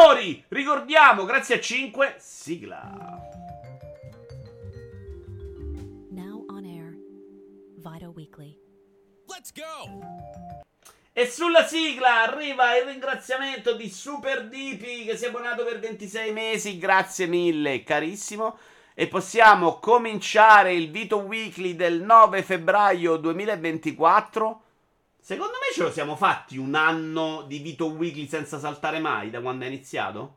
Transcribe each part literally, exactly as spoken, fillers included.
Signori, ricordiamo, grazie a cinque, sigla. Now on air, Vito Weekly. Let's go! E sulla sigla arriva il ringraziamento di Super Dipi che si è abbonato per ventisei mesi, grazie mille carissimo. E possiamo cominciare il Vito Weekly del nove febbraio duemilaventiquattro. Secondo me ce lo siamo fatti un anno di Vito Weekly senza saltare mai da quando è iniziato?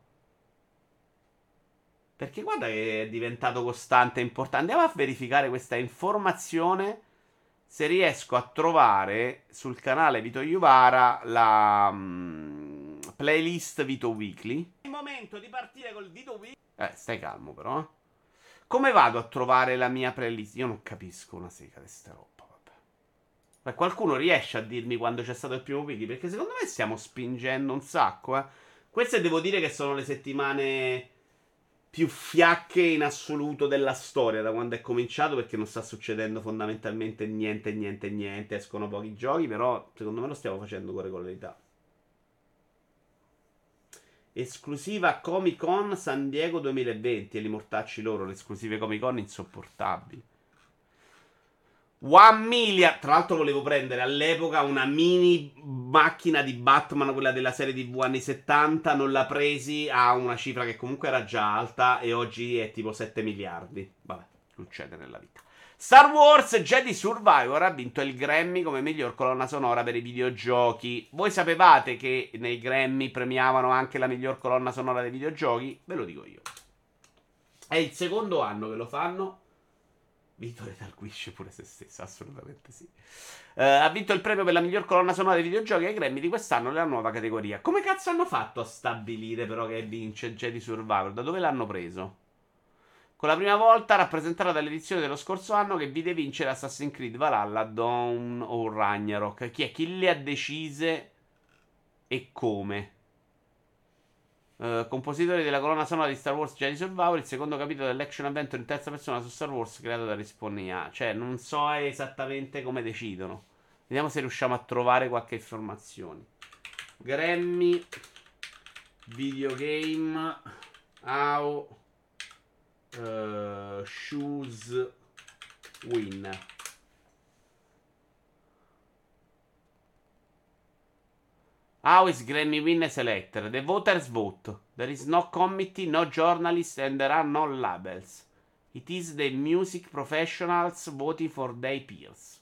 Perché guarda che è diventato costante e importante. Andiamo a verificare questa informazione, se riesco a trovare sul canale Vito Iuvara la um, playlist Vito Weekly. È il momento di partire col Vito Weekly. Eh, stai calmo però. Eh. Come vado a trovare la mia playlist? Io non capisco una sega di sta roba. Ma qualcuno riesce a dirmi quando c'è stato il primo wiki? Perché secondo me stiamo spingendo un sacco, eh. Queste devo dire che sono le settimane più fiacche in assoluto della storia da quando è cominciato, perché non sta succedendo fondamentalmente niente, niente, niente. Escono pochi giochi, però secondo me lo stiamo facendo con regolarità. Esclusiva Comic Con San Diego duemilaventi. E li mortacci loro, le esclusive Comic Con insopportabili. One Million. Tra l'altro volevo prendere all'epoca una mini macchina di Batman, quella della serie tivù anni settanta. Non l'ha presi a una cifra che comunque era già alta e oggi è tipo sette miliardi. Vabbè, succede nella vita. Star Wars Jedi Survivor ha vinto il Grammy come miglior colonna sonora per i videogiochi. Voi sapevate che nei Grammy premiavano anche la miglior colonna sonora dei videogiochi? Ve lo dico io. È il secondo anno che lo fanno. Vito redarguisce pure se stesso, assolutamente sì. Uh, ha vinto il premio per la miglior colonna sonora dei videogiochi ai Grammy di quest'anno nella nuova categoria. Come cazzo hanno fatto a stabilire però che vince Jedi Survivor? Da dove l'hanno preso? Con la prima volta rappresentata dall'edizione dello scorso anno che vide vincere Assassin's Creed Valhalla, Dawn o Ragnarok. Chi è? Chi le ha decise e come? Uh, compositore della colonna sonora di Star Wars Jedi Survivor, il secondo capitolo dell'action adventure in terza persona su Star Wars creato da Respawn I A. Cioè, non so esattamente come decidono. Vediamo se riusciamo a trovare qualche informazione. Grammy Videogame How uh, Shoes Win. How is Grammy winner selected? The voters vote. There is no committee, no journalists, and there are no labels. It is the music professionals voting for their peers.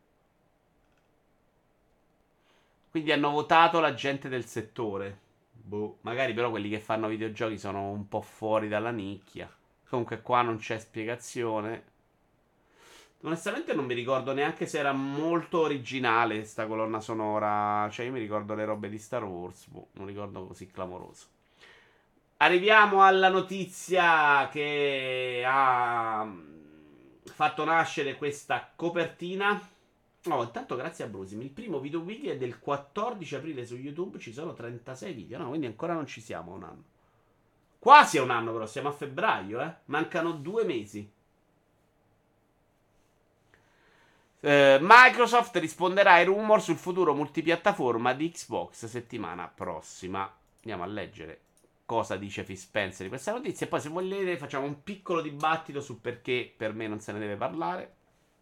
Quindi hanno votato la gente del settore. Boh, magari però quelli che fanno videogiochi sono un po' fuori dalla nicchia. Comunque qua non c'è spiegazione. Onestamente non mi ricordo neanche se era molto originale sta colonna sonora. Cioè io mi ricordo le robe di Star Wars. Boh, non ricordo così clamoroso. Arriviamo alla notizia che ha fatto nascere questa copertina. No, intanto grazie a Brusimi. Il primo Video Weekly è del quattordici aprile su YouTube. Ci sono trentasei video. No, quindi ancora non ci siamo a un anno. Quasi a un anno però, siamo a febbraio, eh. Mancano due mesi. Uh, Microsoft risponderà ai rumor sul futuro multipiattaforma di Xbox settimana prossima. Andiamo a leggere cosa dice Phil Spencer di questa notizia e poi se volete facciamo un piccolo dibattito su perché per me non se ne deve parlare.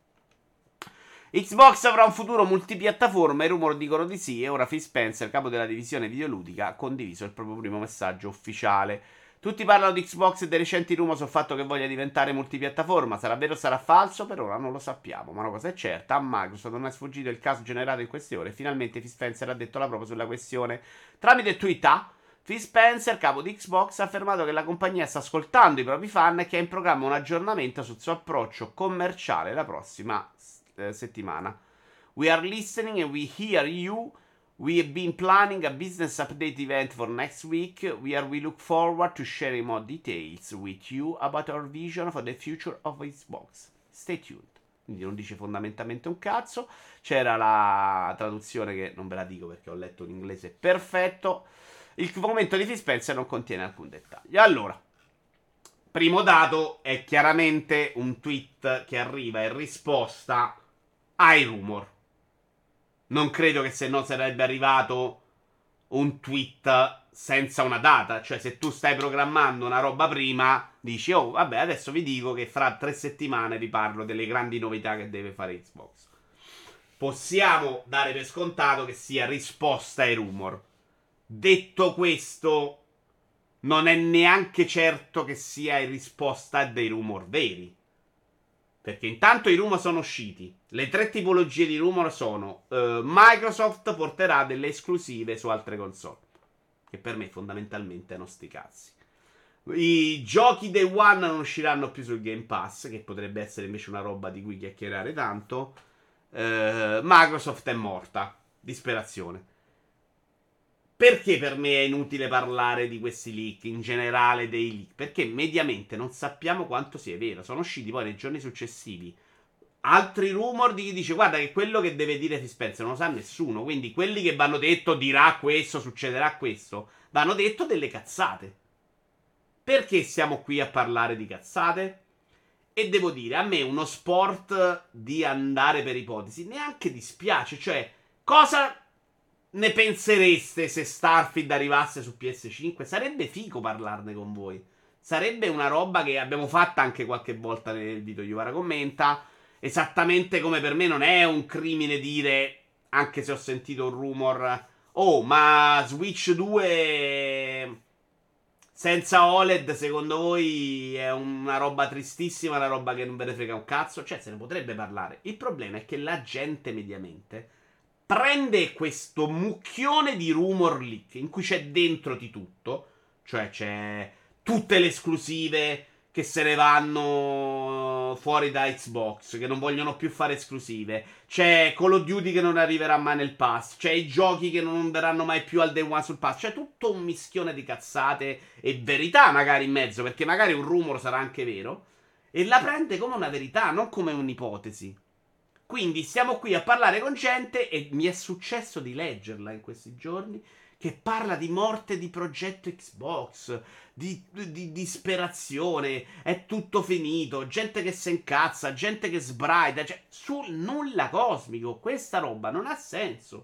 Xbox avrà un futuro multipiattaforma, i rumor dicono di sì e ora Phil Spencer, capo della divisione videoludica, ha condiviso il proprio primo messaggio ufficiale. Tutti parlano di Xbox e dei recenti rumor sul fatto che voglia diventare multipiattaforma. Sarà vero o sarà falso? Per ora non lo sappiamo. Ma una cosa è certa, a Microsoft non è sfuggito il caso generato in queste ore. Finalmente Phil Spencer ha detto la propria sulla questione. Tramite Twitter, Phil Spencer, capo di Xbox, ha affermato che la compagnia sta ascoltando i propri fan e che ha in programma un aggiornamento sul suo approccio commerciale la prossima eh, settimana. We are listening and we hear you. We have been planning a business update event for next week, where we look forward to sharing more details with you about our vision for the future of Xbox. Stay tuned. Quindi non dice fondamentalmente un cazzo. C'era la traduzione che non ve la dico perché ho letto in inglese perfetto. Il commento di Phil Spencer non contiene alcun dettaglio. Allora, primo dato è chiaramente un tweet che arriva in risposta ai rumor. Non credo che se no sarebbe arrivato un tweet senza una data. Cioè, se tu stai programmando una roba prima, dici, oh, vabbè, adesso vi dico che fra tre settimane vi parlo delle grandi novità che deve fare Xbox. Possiamo dare per scontato che sia risposta ai rumor. Detto questo, non è neanche certo che sia in risposta a dei rumor veri. Perché intanto i rumor sono usciti. Le tre tipologie di rumor sono uh, Microsoft porterà delle esclusive su altre console, che per me fondamentalmente non sti cazzi. I giochi Day One non usciranno più sul Game Pass, che potrebbe essere invece una roba di cui chiacchierare tanto. uh, Microsoft è morta. Disperazione. Perché per me è inutile parlare di questi leak, in generale dei leak? Perché mediamente non sappiamo quanto sia vero. Sono usciti poi nei giorni successivi altri rumor di chi dice guarda che quello che deve dire Phil Spencer non lo sa nessuno. Quindi quelli che vanno detto dirà questo, succederà questo, vanno detto delle cazzate. Perché siamo qui a parlare di cazzate? E devo dire, a me uno sport di andare per ipotesi neanche dispiace. Cioè, cosa ne pensereste se Starfield arrivasse su P S cinque? Sarebbe figo parlarne con voi. Sarebbe una roba che abbiamo fatta anche qualche volta nel video Yuvara commenta. Esattamente come per me non è un crimine dire, anche se ho sentito un rumor, oh, ma Switch due senza O L E D secondo voi è una roba tristissima, una roba che non ve ne frega un cazzo? Cioè, se ne potrebbe parlare. Il problema è che la gente mediamente prende questo mucchione di rumor leak in cui c'è dentro di tutto, cioè c'è tutte le esclusive che se ne vanno fuori da Xbox, che non vogliono più fare esclusive, c'è Call of Duty che non arriverà mai nel pass, c'è i giochi che non verranno mai più al day one sul pass, c'è tutto un mischione di cazzate e verità magari in mezzo, perché magari un rumor sarà anche vero, e la prende come una verità, non come un'ipotesi. Quindi stiamo qui a parlare con gente, e mi è successo di leggerla in questi giorni, che parla di morte di progetto Xbox, di, di, di disperazione, è tutto finito, gente che si incazza, gente che sbraita, cioè sul nulla cosmico. Questa roba non ha senso.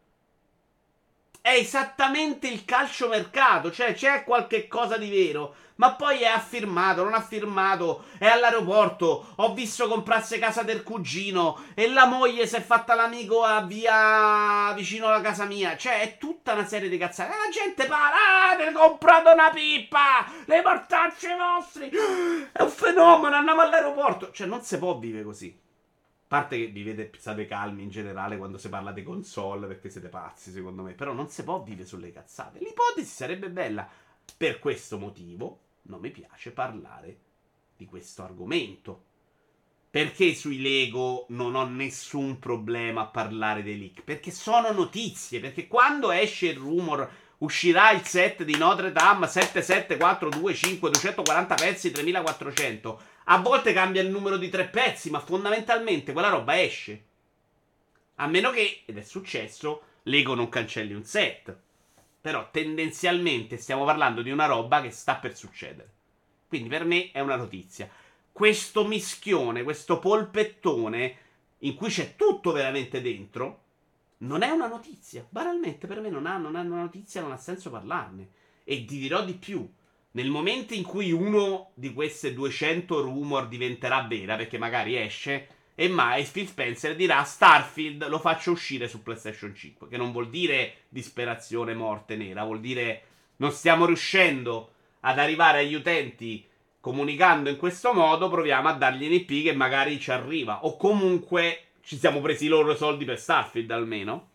È esattamente il calciomercato, cioè c'è qualche cosa di vero, ma poi è affirmato, non affirmato, è all'aeroporto, ho visto comprarsi casa del cugino e la moglie si è fatta l'amico a via vicino alla casa mia, cioè è tutta una serie di cazzate. La gente parla, ah, avete comprato una pippa, le mortacci vostri, è un fenomeno, andiamo all'aeroporto, cioè non si può vivere così. A parte che vivete, state calmi in generale quando si parla di console, perché siete pazzi secondo me, però non si può vivere sulle cazzate. L'ipotesi sarebbe bella. Per questo motivo non mi piace parlare di questo argomento. Perché sui Lego non ho nessun problema a parlare dei leak? Perché sono notizie, perché quando esce il rumor uscirà il set di Notre Dame sette sette quattro due cinque duecentoquaranta pezzi tremilaquattrocento. A volte cambia il numero di tre pezzi, ma fondamentalmente quella roba esce. A meno che, ed è successo, Lego non cancelli un set. Però tendenzialmente stiamo parlando di una roba che sta per succedere. Quindi per me è una notizia. Questo mischione, questo polpettone, in cui c'è tutto veramente dentro, non è una notizia. Banalmente per me non ha, non ha una notizia, non ha senso parlarne. E ti dirò di più. Nel momento in cui uno di queste duecento rumor diventerà vera, perché magari esce, e mai Phil Spencer dirà Starfield lo faccio uscire su PlayStation cinque, che non vuol dire disperazione, morte nera, vuol dire non stiamo riuscendo ad arrivare agli utenti comunicando in questo modo, proviamo a dargli un I P che magari ci arriva, o comunque ci siamo presi i loro soldi per Starfield almeno.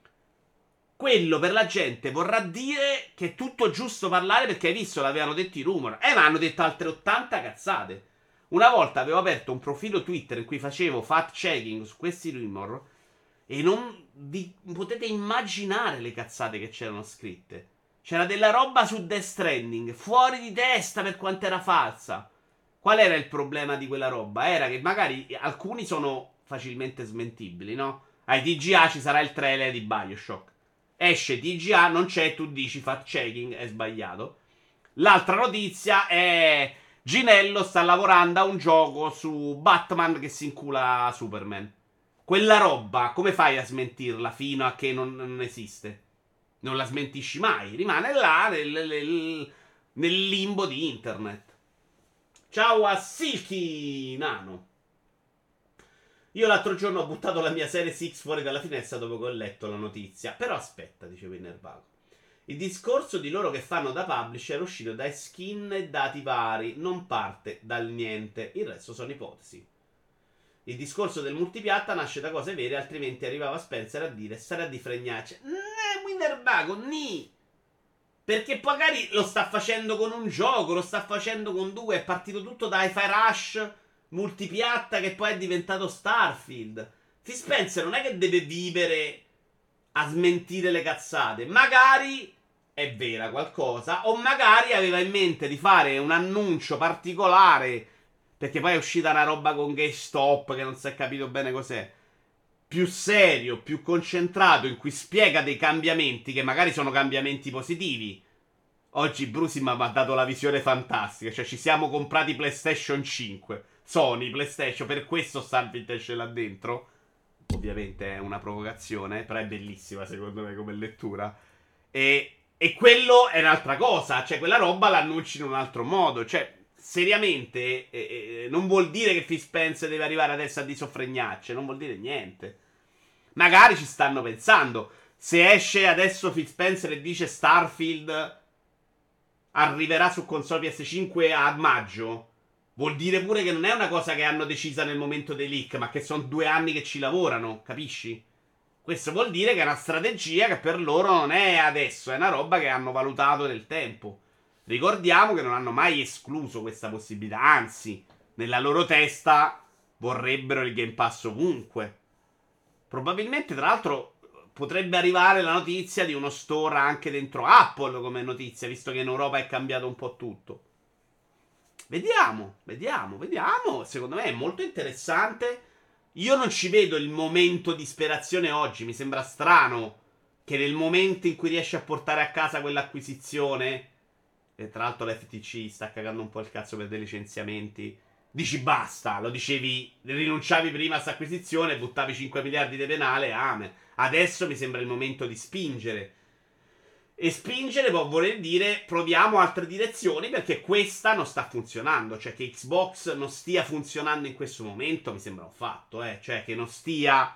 Quello per la gente vorrà dire che è tutto giusto parlare, perché hai visto, l'avevano detto i rumor. Eh, ma hanno detto altre ottanta cazzate. Una volta avevo aperto un profilo Twitter in cui facevo fact checking su questi rumor e non vi potete immaginare le cazzate che c'erano scritte. C'era della roba su Death Stranding, fuori di testa per quanto era falsa. Qual era il problema di quella roba? Era che magari alcuni sono facilmente smentibili, no? Ai T G A ci sarà il trailer di BioShock. Esce T G A, non c'è, tu dici fact checking, è sbagliato. L'altra notizia è Ginello sta lavorando a un gioco su Batman che si incula Superman. Quella roba, come fai a smentirla fino a che non, non esiste? Non la smentisci mai, rimane là nel, nel, nel limbo di internet. Ciao a Silky Nano. Io l'altro giorno ho buttato la mia serie Six fuori dalla finestra dopo che ho letto la notizia. Però aspetta, diceva Innervago. Il discorso di loro che fanno da publisher è uscito da skin e dati vari, non parte dal niente, il resto sono ipotesi. Il discorso del multipiatta nasce da cose vere, altrimenti arrivava Spencer a dire sarà di fregnacce. Ne, Winnerbago, ni! Perché magari lo sta facendo con un gioco, lo sta facendo con due, è partito tutto da Hi-Fi Rush multipiatta che poi è diventato Starfield. Phil Spencer non è che deve vivere a smentire le cazzate, magari è vera qualcosa, o magari aveva in mente di fare un annuncio particolare, perché poi è uscita una roba con GameStop che non si è capito bene cos'è, più serio, più concentrato, in cui spiega dei cambiamenti che magari sono cambiamenti positivi. Oggi Brusim mi ha dato la visione fantastica, cioè ci siamo comprati PlayStation cinque, Sony, PlayStation, per questo Starfield esce là dentro. Ovviamente è una provocazione, però è bellissima secondo me come lettura. E, e quello è un'altra cosa, cioè quella roba l'annunci in un altro modo, cioè seriamente eh, eh, non vuol dire che Phil Spencer deve arrivare adesso a disoffregnacce, non vuol dire niente. Magari ci stanno pensando. Se esce adesso Phil Spencer e dice Starfield arriverà su console P S cinque a maggio, vuol dire pure che non è una cosa che hanno decisa nel momento dei leak, ma che sono due anni che ci lavorano, capisci? Questo vuol dire che è una strategia che per loro non è adesso, è una roba che hanno valutato nel tempo. Ricordiamo che non hanno mai escluso questa possibilità, anzi, nella loro testa vorrebbero il Game Pass ovunque. Probabilmente, tra l'altro, potrebbe arrivare la notizia di uno store anche dentro Apple come notizia, visto che in Europa è cambiato un po' tutto. Vediamo, vediamo, vediamo. Secondo me è molto interessante. Io non ci vedo il momento di disperazione oggi. Mi sembra strano che nel momento in cui riesci a portare a casa quell'acquisizione, e tra l'altro l'F T C sta cagando un po' il cazzo per dei licenziamenti, dici basta, lo dicevi, rinunciavi prima a questa acquisizione, buttavi cinque miliardi di penale, amen. Adesso mi sembra il momento di spingere. E spingere può voler dire proviamo altre direzioni, perché questa non sta funzionando. Cioè che Xbox non stia funzionando in questo momento mi sembra un fatto, eh. Cioè che non stia...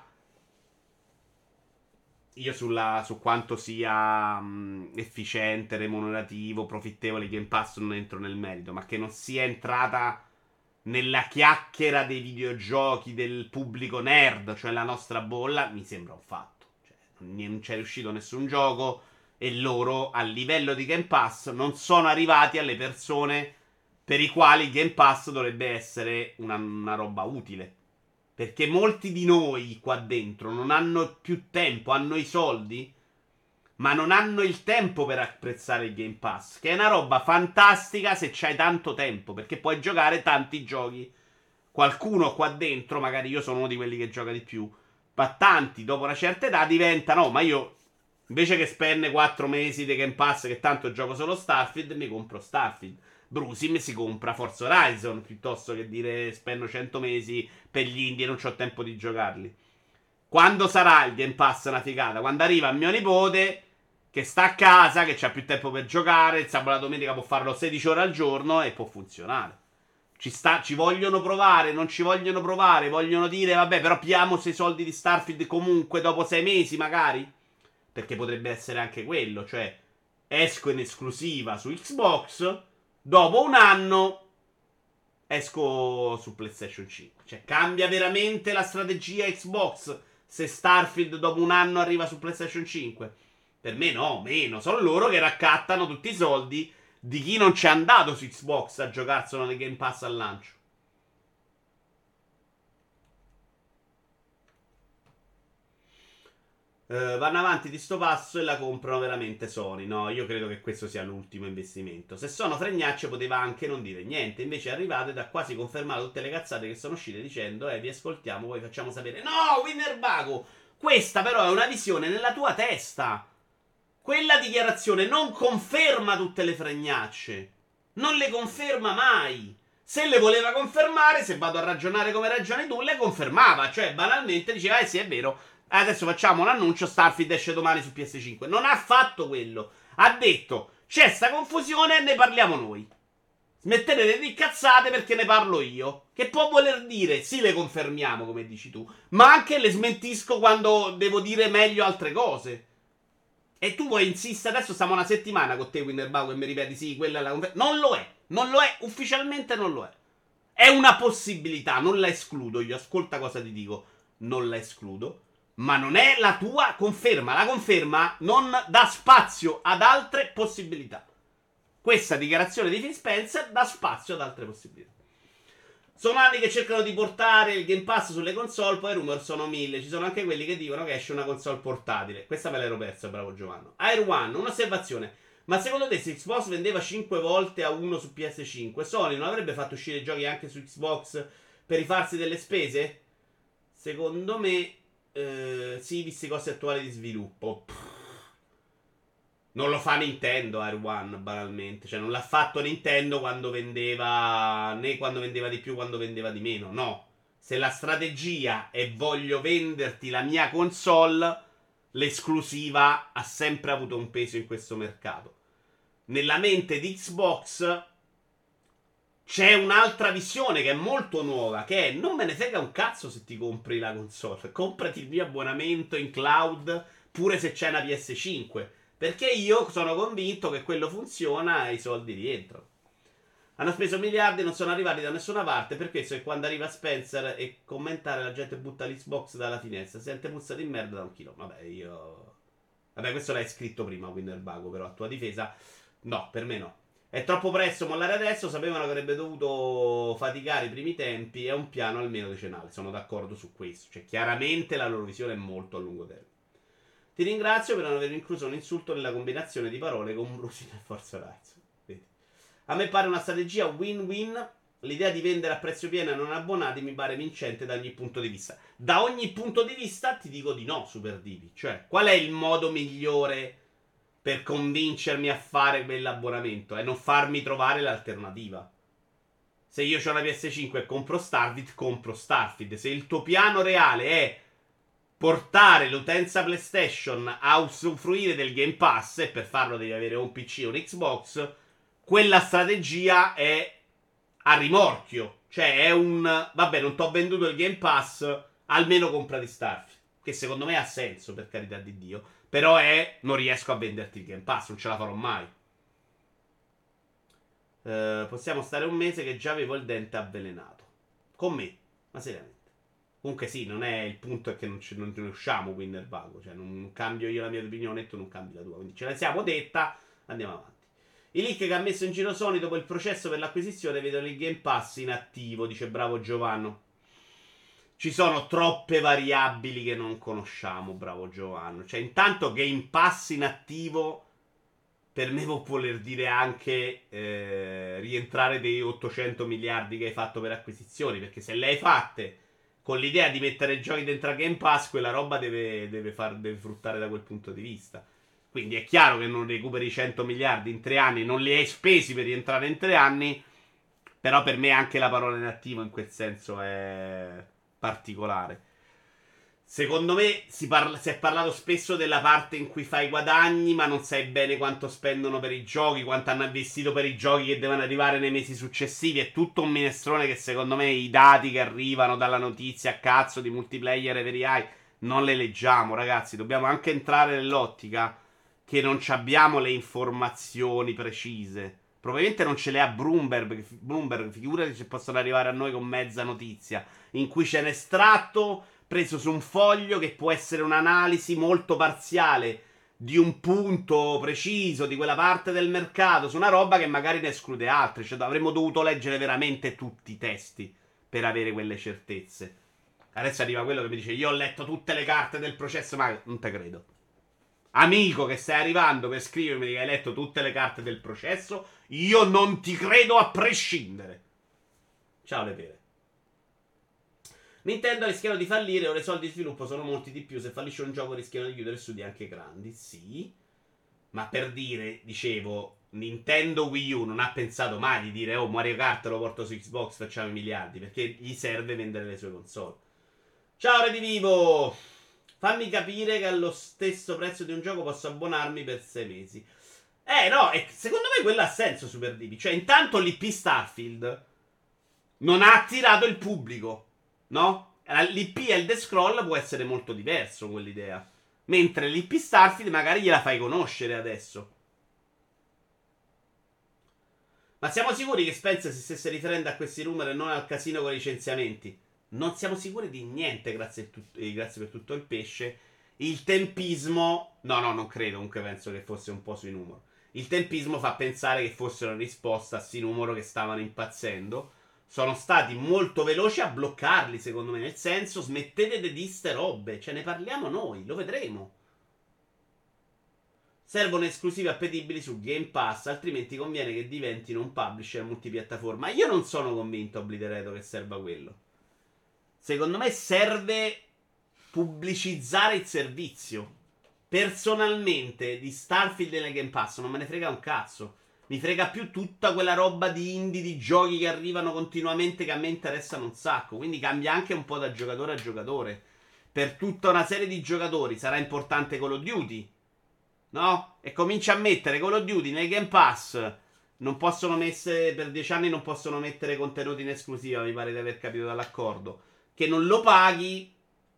Io sulla, su quanto sia mh, efficiente, remunerativo, profittevole il Game Pass non entro nel merito, ma che non sia entrata nella chiacchiera dei videogiochi del pubblico nerd, cioè la nostra bolla, mi sembra un fatto. Cioè, non c'è riuscito nessun gioco e loro a livello di Game Pass non sono arrivati alle persone per i quali il Game Pass dovrebbe essere una, una roba utile. Perché molti di noi qua dentro non hanno più tempo, hanno i soldi, ma non hanno il tempo per apprezzare il Game Pass, che è una roba fantastica se c'hai tanto tempo, perché puoi giocare tanti giochi. Qualcuno qua dentro, magari io sono uno di quelli che gioca di più, ma tanti dopo una certa età diventano, no, ma io invece che spendere quattro mesi di Game Pass, che tanto gioco solo Starfield, mi compro Starfield. Brusim si compra Forza Horizon piuttosto che dire spendo cento mesi per gli indie e non c'ho tempo di giocarli. Quando sarà il Game Pass una figata? Quando arriva mio nipote che sta a casa, che c'ha più tempo per giocare, il sabato e la domenica può farlo sedici ore al giorno e può funzionare. Ci, sta, ci vogliono provare, non ci vogliono provare, vogliono dire vabbè però piamo sei soldi di Starfield comunque dopo sei mesi magari? Perché potrebbe essere anche quello, cioè esco in esclusiva su Xbox, dopo un anno esco su PlayStation cinque. Cioè cambia veramente la strategia Xbox se Starfield dopo un anno arriva su PlayStation cinque? Per me no, meno. Sono loro che raccattano tutti i soldi di chi non c'è andato su Xbox a giocarselo nel Game Pass al lancio. Uh, vanno avanti di sto passo e la comprano veramente Sony. No, io credo che questo sia l'ultimo investimento. Se sono fregnacce poteva anche non dire niente. Invece è arrivato ed ha quasi confermato tutte le cazzate che sono uscite dicendo eh vi ascoltiamo, poi facciamo sapere. No, Winnerbago, questa però è una visione nella tua testa. Quella dichiarazione non conferma tutte le fregnacce. Non le conferma mai. Se le voleva confermare, se vado a ragionare come ragioni tu, le confermava. Cioè banalmente diceva eh sì è vero, Adesso facciamo un annuncio, Starfield esce domani su P S cinque. Non ha fatto quello. Ha detto, c'è sta confusione e ne parliamo noi. Smettetene di cazzate perché ne parlo io. Che può voler dire, sì le confermiamo come dici tu, ma anche le smentisco quando devo dire meglio altre cose. E tu vuoi insistere, adesso stiamo una settimana con te Winnerbago e mi ripeti sì, quella è la conferma. Non lo è, non lo è, ufficialmente non lo è. È una possibilità, non la escludo io, ascolta cosa ti dico. Non la escludo, ma non è la tua conferma. La conferma non dà spazio ad altre possibilità. Questa dichiarazione di Phil Spencer dà spazio ad altre possibilità. Sono anni che cercano di portare il Game Pass sulle console, poi i rumor sono mille. Ci sono anche quelli che dicono che esce una console portatile. Questa me l'ero persa, bravo Giovanni. Air One, un'osservazione. Ma secondo te se Xbox vendeva cinque volte a uno su P S cinque, Sony non avrebbe fatto uscire giochi anche su Xbox per rifarsi delle spese? Secondo me, eh, sì, visti i costi attuali di sviluppo. Pff. Non lo fa Nintendo Air One, banalmente. Cioè, non l'ha fatto Nintendo quando vendeva, né quando vendeva di più, quando vendeva di meno. No. Se la strategia è voglio venderti la mia console, l'esclusiva ha sempre avuto un peso in questo mercato. Nella mente di Xbox c'è un'altra visione che è molto nuova, che è non me ne frega un cazzo se ti compri la console, comprati il mio abbonamento in cloud pure se c'è una P S cinque, perché io sono convinto che quello funziona e i soldi rientrano. Hanno speso miliardi e non sono arrivati da nessuna parte, per questo che quando arriva Spencer e commentare la gente butta l'Xbox dalla finestra, sente puzza di merda da un chilo. Vabbè, io... Vabbè, questo l'hai scritto prima, Winnerbago, però a tua difesa... No, per me no. È troppo presto mollare adesso, sapevano che avrebbe dovuto faticare i primi tempi, è un piano almeno decennale, sono d'accordo su questo. Cioè, chiaramente la loro visione è molto a lungo termine. Ti ringrazio per non aver incluso un insulto nella combinazione di parole con Brusi e Forza Horizon. Vedi. A me pare una strategia win-win. L'idea di vendere a prezzo pieno a non abbonati mi pare vincente da ogni punto di vista. Da ogni punto di vista ti dico di no, Super Divi. Cioè, qual è il modo migliore per convincermi a fare quell'abbonamento? È non farmi trovare l'alternativa. Se io ho una P S cinque e compro Starfield, compro Starfield. Se il tuo piano reale è portare l'utenza PlayStation a usufruire del Game Pass, e per farlo devi avere un P C o un Xbox, quella strategia è a rimorchio. Cioè è un... Vabbè, non t'ho venduto il Game Pass, almeno comprati Starfield. Che secondo me ha senso, per carità di Dio. Però è... non riesco a venderti il Game Pass, non ce la farò mai. Uh, possiamo stare un mese che già avevo il dente avvelenato. Con me, ma seriamente. Comunque sì, non è il punto, è che non, ci, non ne usciamo Winnerbago. Cioè non cambio io la mia opinione e tu non cambi la tua. Quindi ce la siamo detta, andiamo avanti. I leak che ha messo in giro Sony dopo il processo per l'acquisizione vedono il Game Pass inattivo, dice bravo Giovanni. Ci sono troppe variabili che non conosciamo, bravo Giovanni. Cioè intanto Game Pass inattivo per me può voler dire anche eh, rientrare dei ottocento miliardi che hai fatto per acquisizioni, perché se le hai fatte con l'idea di mettere giochi dentro a Game Pass, quella roba deve, deve, far, deve fruttare da quel punto di vista. Quindi è chiaro che non recuperi cento miliardi in tre anni, non li hai spesi per rientrare in tre anni, però per me anche la parola inattivo in quel senso è particolare. Secondo me si, parla, si è parlato spesso della parte in cui fai guadagni, ma non sai bene quanto spendono per i giochi, quanto hanno investito per i giochi che devono arrivare nei mesi successivi. È tutto un minestrone che secondo me i dati che arrivano dalla notizia a cazzo di multiplayer e veri ai non le leggiamo, ragazzi. Dobbiamo anche entrare nell'ottica che non abbiamo le informazioni precise. Probabilmente non ce le ha Bloomberg, Bloomberg, figurati se possono arrivare a noi con mezza notizia, in cui c'è un estratto preso su un foglio che può essere un'analisi molto parziale di un punto preciso di quella parte del mercato, su una roba che magari ne esclude altre. Cioè avremmo dovuto leggere veramente tutti i testi per avere quelle certezze. Adesso arriva quello che mi dice io ho letto tutte le carte del processo, ma non te credo. Amico che stai arrivando per scrivermi che hai letto tutte le carte del processo, io non ti credo a prescindere. Ciao le pere. Nintendo rischiano di fallire, ora i soldi di sviluppo sono molti di più, se fallisce un gioco rischiano di chiudere studi anche grandi, sì. Ma per dire, dicevo, Nintendo Wii U non ha pensato mai di dire oh Mario Kart lo porto su Xbox, facciamo i miliardi, perché gli serve vendere le sue console. Ciao Redivivo! Fammi capire che allo stesso prezzo di un gioco posso abbonarmi per sei mesi. Eh no, e secondo me quello ha senso, Super Divi. Cioè, intanto l'I P Starfield non ha attirato il pubblico, no? L'I P Elder Scroll può essere molto diverso quell'idea. Mentre l'I P Starfield magari gliela fai conoscere adesso. Ma siamo sicuri che Spencer si stesse riferendo a questi rumor e non al casino con i licenziamenti? Non siamo sicuri di niente, grazie, a tut- eh, grazie per tutto il pesce. Il tempismo... No, no, non credo, comunque penso che fosse un po' sui numeri. Il tempismo fa pensare che fosse una risposta a sti numeri che stavano impazzendo. Sono stati molto veloci a bloccarli, secondo me. Nel senso, smettete di dire ste robe. Ce ne parliamo noi, lo vedremo. Servono esclusive appetibili su Game Pass, altrimenti conviene che diventino un publisher multipiattaforma. Io non sono convinto, Obliterato, che serva quello. Secondo me serve pubblicizzare il servizio. Personalmente, di Starfield nel Game Pass non me ne frega un cazzo. Mi frega più tutta quella roba di indie, di giochi che arrivano continuamente, che a me interessano un sacco. Quindi cambia anche un po' da giocatore a giocatore. Per tutta una serie di giocatori sarà importante Call of Duty, no? E comincia a mettere Call of Duty nel Game Pass. Non possono mettere, per dieci anni non possono mettere contenuti in esclusiva, mi pare di aver capito dall'accordo. Che non lo paghi.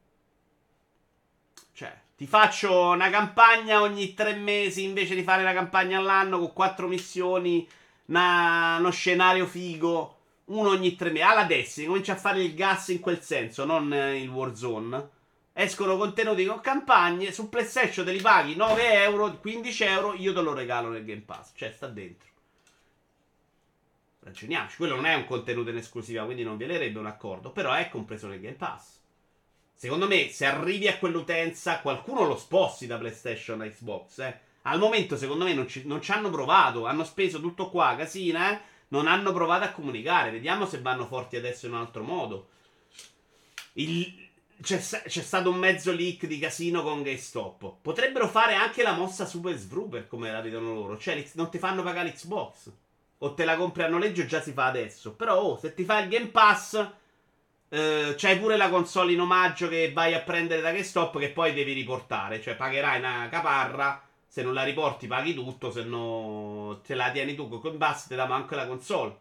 Cioè, ti faccio una campagna ogni tre mesi invece di fare la campagna all'anno con quattro missioni, una, uno scenario figo, uno ogni tre mesi. Alla Destiny comincia a fare il gas in quel senso, non il Warzone. Escono contenuti con campagne, su PlayStation te li paghi nove euro, quindici euro, io te lo regalo nel Game Pass. Cioè, sta dentro. Ragioniamoci, quello non è un contenuto in esclusiva, quindi non violerebbe un accordo, però è compreso nel Game Pass. Secondo me, se arrivi a quell'utenza, qualcuno lo sposti da PlayStation a Xbox, eh. Al momento, secondo me, non ci, non ci hanno provato. Hanno speso tutto qua, casina, eh. Non hanno provato a comunicare. Vediamo se vanno forti adesso in un altro modo. Il... C'è, c'è stato un mezzo leak di casino con GameStop. Potrebbero fare anche la mossa Super Swooper, come la vedono loro. Cioè, non ti fanno pagare l'Xbox. O te la compri a noleggio, già si fa adesso. Però, oh, se ti fai il Game Pass... Uh, c'hai pure la console in omaggio che vai a prendere da GameStop, che poi devi riportare. Cioè pagherai una caparra. Se non la riporti paghi tutto. Se no te la tieni tu con Game Pass, te la manca la console.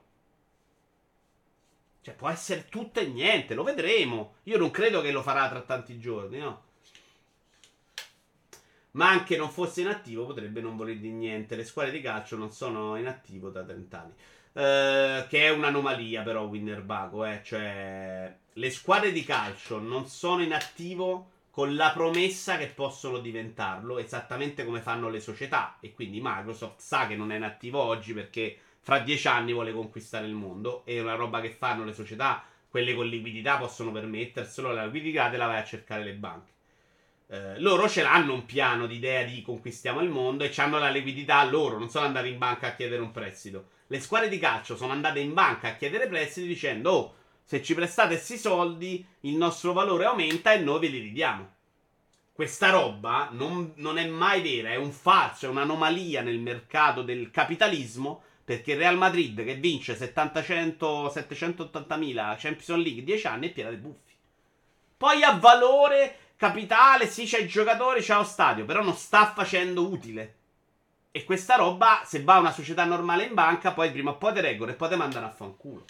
Cioè può essere tutto e niente. Lo vedremo. Io non credo che lo farà tra tanti giorni, no? Ma anche non fosse in attivo potrebbe non voler dire niente. Le squadre di calcio non sono in attivo da trenta anni. Uh, che è un'anomalia però Winnerbago, eh. Cioè le squadre di calcio non sono in attivo con la promessa che possono diventarlo, esattamente come fanno le società. E quindi Microsoft sa che non è in attivo oggi perché fra dieci anni vuole conquistare il mondo. È una roba che fanno le società. Quelle con liquidità possono permetterselo. La liquidità te la vai a cercare le banche. Uh, loro ce l'hanno un piano di idea di conquistiamo il mondo e hanno la liquidità loro, non sono andati in banca a chiedere un prestito. Le squadre di calcio sono andate in banca a chiedere prestiti dicendo oh, se ci prestate questi soldi il nostro valore aumenta e noi ve li ridiamo. Questa roba non, non è mai vera, è un falso, è un'anomalia nel mercato del capitalismo, perché il Real Madrid che vince settanta cento settecentottantamila Champions League dieci anni è piena di buffi. Poi ha valore capitale, sì c'è il giocatore, c'è lo stadio, però non sta facendo utile. E questa roba, se va una società normale in banca, poi prima o poi te reggono e poi te mandano a fanculo.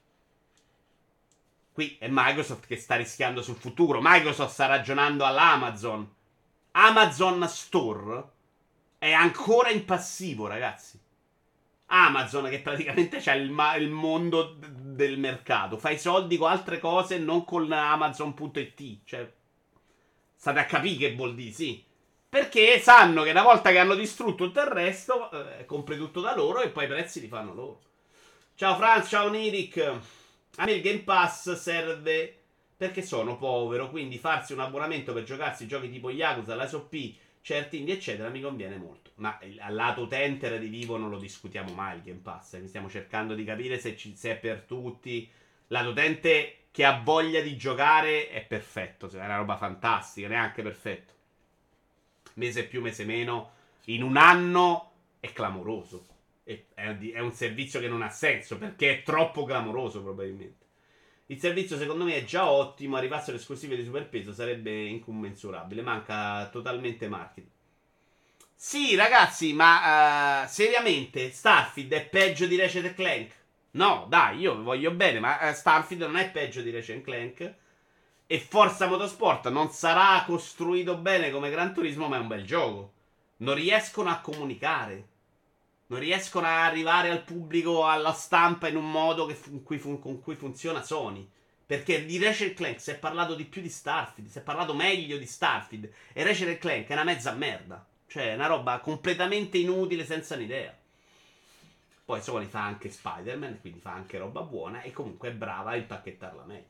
Qui è Microsoft che sta rischiando sul futuro. Microsoft sta ragionando all'Amazon. Amazon Store è ancora in passivo, ragazzi. Amazon che praticamente c'è il, ma- il mondo d- del mercato. Fa i soldi con altre cose, non con Amazon punto it. Cioè, state a capire che vuol dire, sì. Perché sanno che una volta che hanno distrutto tutto il resto, eh, compri tutto da loro e poi i prezzi li fanno loro. Ciao Franz, ciao Nirik. A me il Game Pass serve perché sono povero, quindi farsi un abbonamento per giocarsi giochi tipo Yakuza, la S O P, certi indie eccetera mi conviene molto. Ma al lato utente reddivivo non lo discutiamo mai il Game Pass, eh. Stiamo cercando di capire se, ci, se è per tutti. Lato utente che ha voglia di giocare è perfetto, è una roba fantastica, neanche perfetto. Mese più, mese meno, in un anno è clamoroso. È, è, è un servizio che non ha senso perché è troppo clamoroso probabilmente. Il servizio secondo me è già ottimo, arrivassero esclusive di superpeso sarebbe incommensurabile, manca totalmente marketing. Sì, ragazzi, ma uh, seriamente Starfield è peggio di Ratchet Clank? No, dai, io vi voglio bene, ma uh, Starfield non è peggio di Ratchet Clank. E Forza Motorsport non sarà costruito bene come Gran Turismo, ma è un bel gioco. Non riescono a comunicare. Non riescono a arrivare al pubblico, alla stampa in un modo che fu- cui fu- con cui funziona Sony. Perché di Ratchet Clank si è parlato di più di Starfield, si è parlato meglio di Starfield. E Ratchet Clank è una mezza merda. Cioè, è una roba completamente inutile, senza un'idea. Poi Sony fa anche Spider-Man, quindi fa anche roba buona. E comunque è brava a impacchettarla meglio.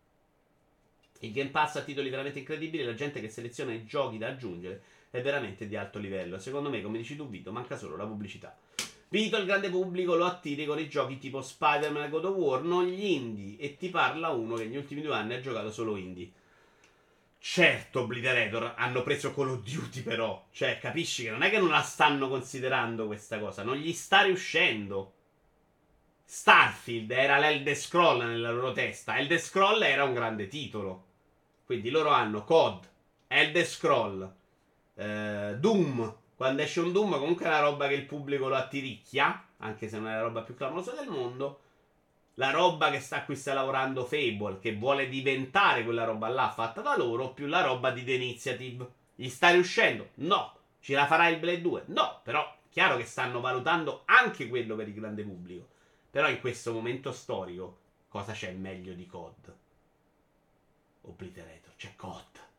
Il Game Pass ha titoli veramente incredibili. La gente che seleziona i giochi da aggiungere è veramente di alto livello. Secondo me, come dici tu, Vito, manca solo la pubblicità. Vito, il grande pubblico lo attiri con i giochi tipo Spider-Man e God of War, non gli indie. E ti parla uno che negli ultimi due anni ha giocato solo indie. Certo, Obliterator hanno preso Call of Duty, però. Cioè, capisci che non è che non la stanno considerando questa cosa. Non gli sta riuscendo. Starfield era l'Elder Scroll nella loro testa. Elder Scroll era un grande titolo. Quindi loro hanno C O D, Elder Scroll, eh, Doom. Quando esce un Doom comunque è una roba che il pubblico lo attiricchia, anche se non è la roba più clamorosa del mondo. La roba che sta qui sta lavorando Fable, che vuole diventare quella roba là fatta da loro, più la roba di The Initiative. Gli sta riuscendo? No. Ce la farà il Blade due? No. Però chiaro che stanno valutando anche quello per il grande pubblico. Però in questo momento storico cosa c'è meglio di C O D? Obliterator, c'è C O D.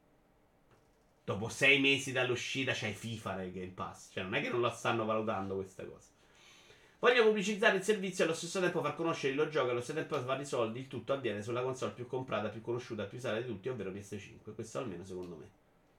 Dopo sei mesi dall'uscita c'hai FIFA nel Game Pass. Cioè non è che non la stanno valutando questa cosa. Voglio pubblicizzare il servizio e allo stesso tempo far conoscere il loro gioco e allo stesso tempo fare i soldi. Il tutto avviene sulla console più comprata, più conosciuta, più usata di tutti, ovvero P S cinque. Questo almeno secondo me.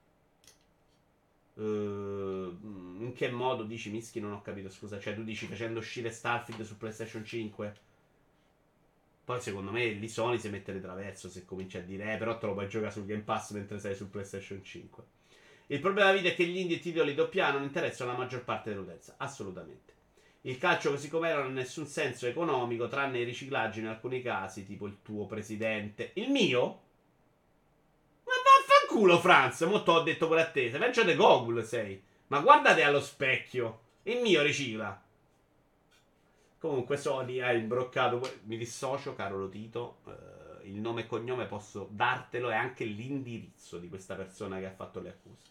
Uh, in che modo dici, Mischi? Non ho capito, scusa. Cioè tu dici facendo uscire Starfield su PlayStation cinque? Poi secondo me lì Sony si mette di traverso se comincia a dire eh però te lo puoi giocare sul Game Pass mentre sei sul PlayStation cinque. Il problema della vita è che gli indie e i titoli doppia A non interessano la maggior parte dell'utenza. Assolutamente. Il calcio così com'era non ha nessun senso economico, tranne i riciclaggi in alcuni casi, tipo il tuo presidente. Il mio? Ma vaffanculo, Franz, mo t'ho detto pure a te. Sei peggio di Google, sei. Ma guardate allo specchio. Il mio ricicla. Comunque Sony ha imbroccato. Mi dissocio, caro Lotito. Uh, il nome e cognome posso dartelo e anche l'indirizzo di questa persona che ha fatto le accuse.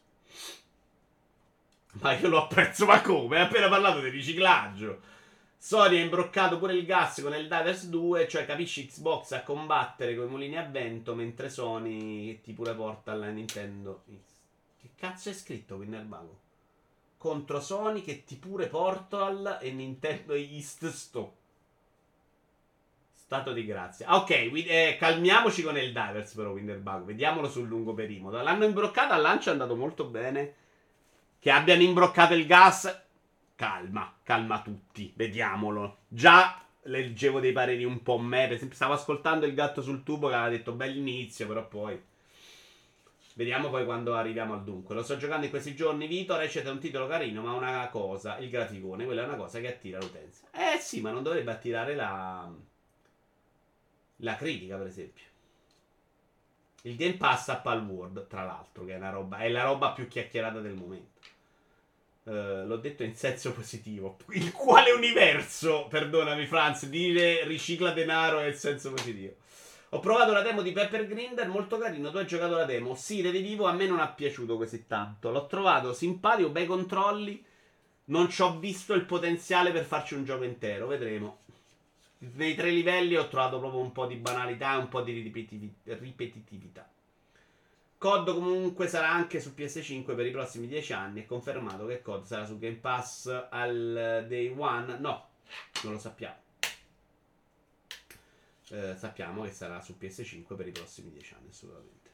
Ma io lo apprezzo, ma come? Hai appena parlato di riciclaggio. Sony ha imbroccato pure il gas con il Divers due, cioè capisci Xbox a combattere con i mulini a vento, mentre Sony ti pure porta alla Nintendo. Che cazzo è scritto qui nel bago? Contro Sony che ti pure Portal e Nintendo East sto. Stato di grazia. Ah, ok, eh, calmiamoci con il Divers però Winterbug, vediamolo sul lungo periodo. L'hanno imbroccato al lancio, è andato molto bene. Che abbiano imbroccato il gas, calma, calma tutti, vediamolo. Già leggevo dei pareri un po' me, per esempio stavo ascoltando il gatto sul tubo che aveva detto bell'inizio, però poi vediamo poi quando arriviamo al dunque. Lo sto giocando in questi giorni, Vito. Ratchet è un titolo carino, ma una cosa, il graficone, quella è una cosa che attira l'utenza. Eh sì, ma non dovrebbe attirare la la critica, per esempio. Il Game Pass a Palworld, tra l'altro, che è una roba, è la roba più chiacchierata del momento. Uh, l'ho detto in senso positivo. Il quale universo, perdonami Franz, dire ricicla denaro è il senso positivo. Ho provato la demo di Pepper Grinder, molto carino. Tu hai giocato la demo? Sì, Redivivo a me non ha piaciuto così tanto. L'ho trovato simpatico, bei controlli. Non ci ho visto il potenziale per farci un gioco intero, vedremo. Nei tre livelli ho trovato proprio un po' di banalità e un po' di ripetitiv- ripetitività. C O D comunque sarà anche su P S cinque per i prossimi dieci anni. È confermato che C O D sarà su Game Pass al day one? No, non lo sappiamo. Eh, sappiamo che sarà su P S cinque per i prossimi dieci anni, assolutamente.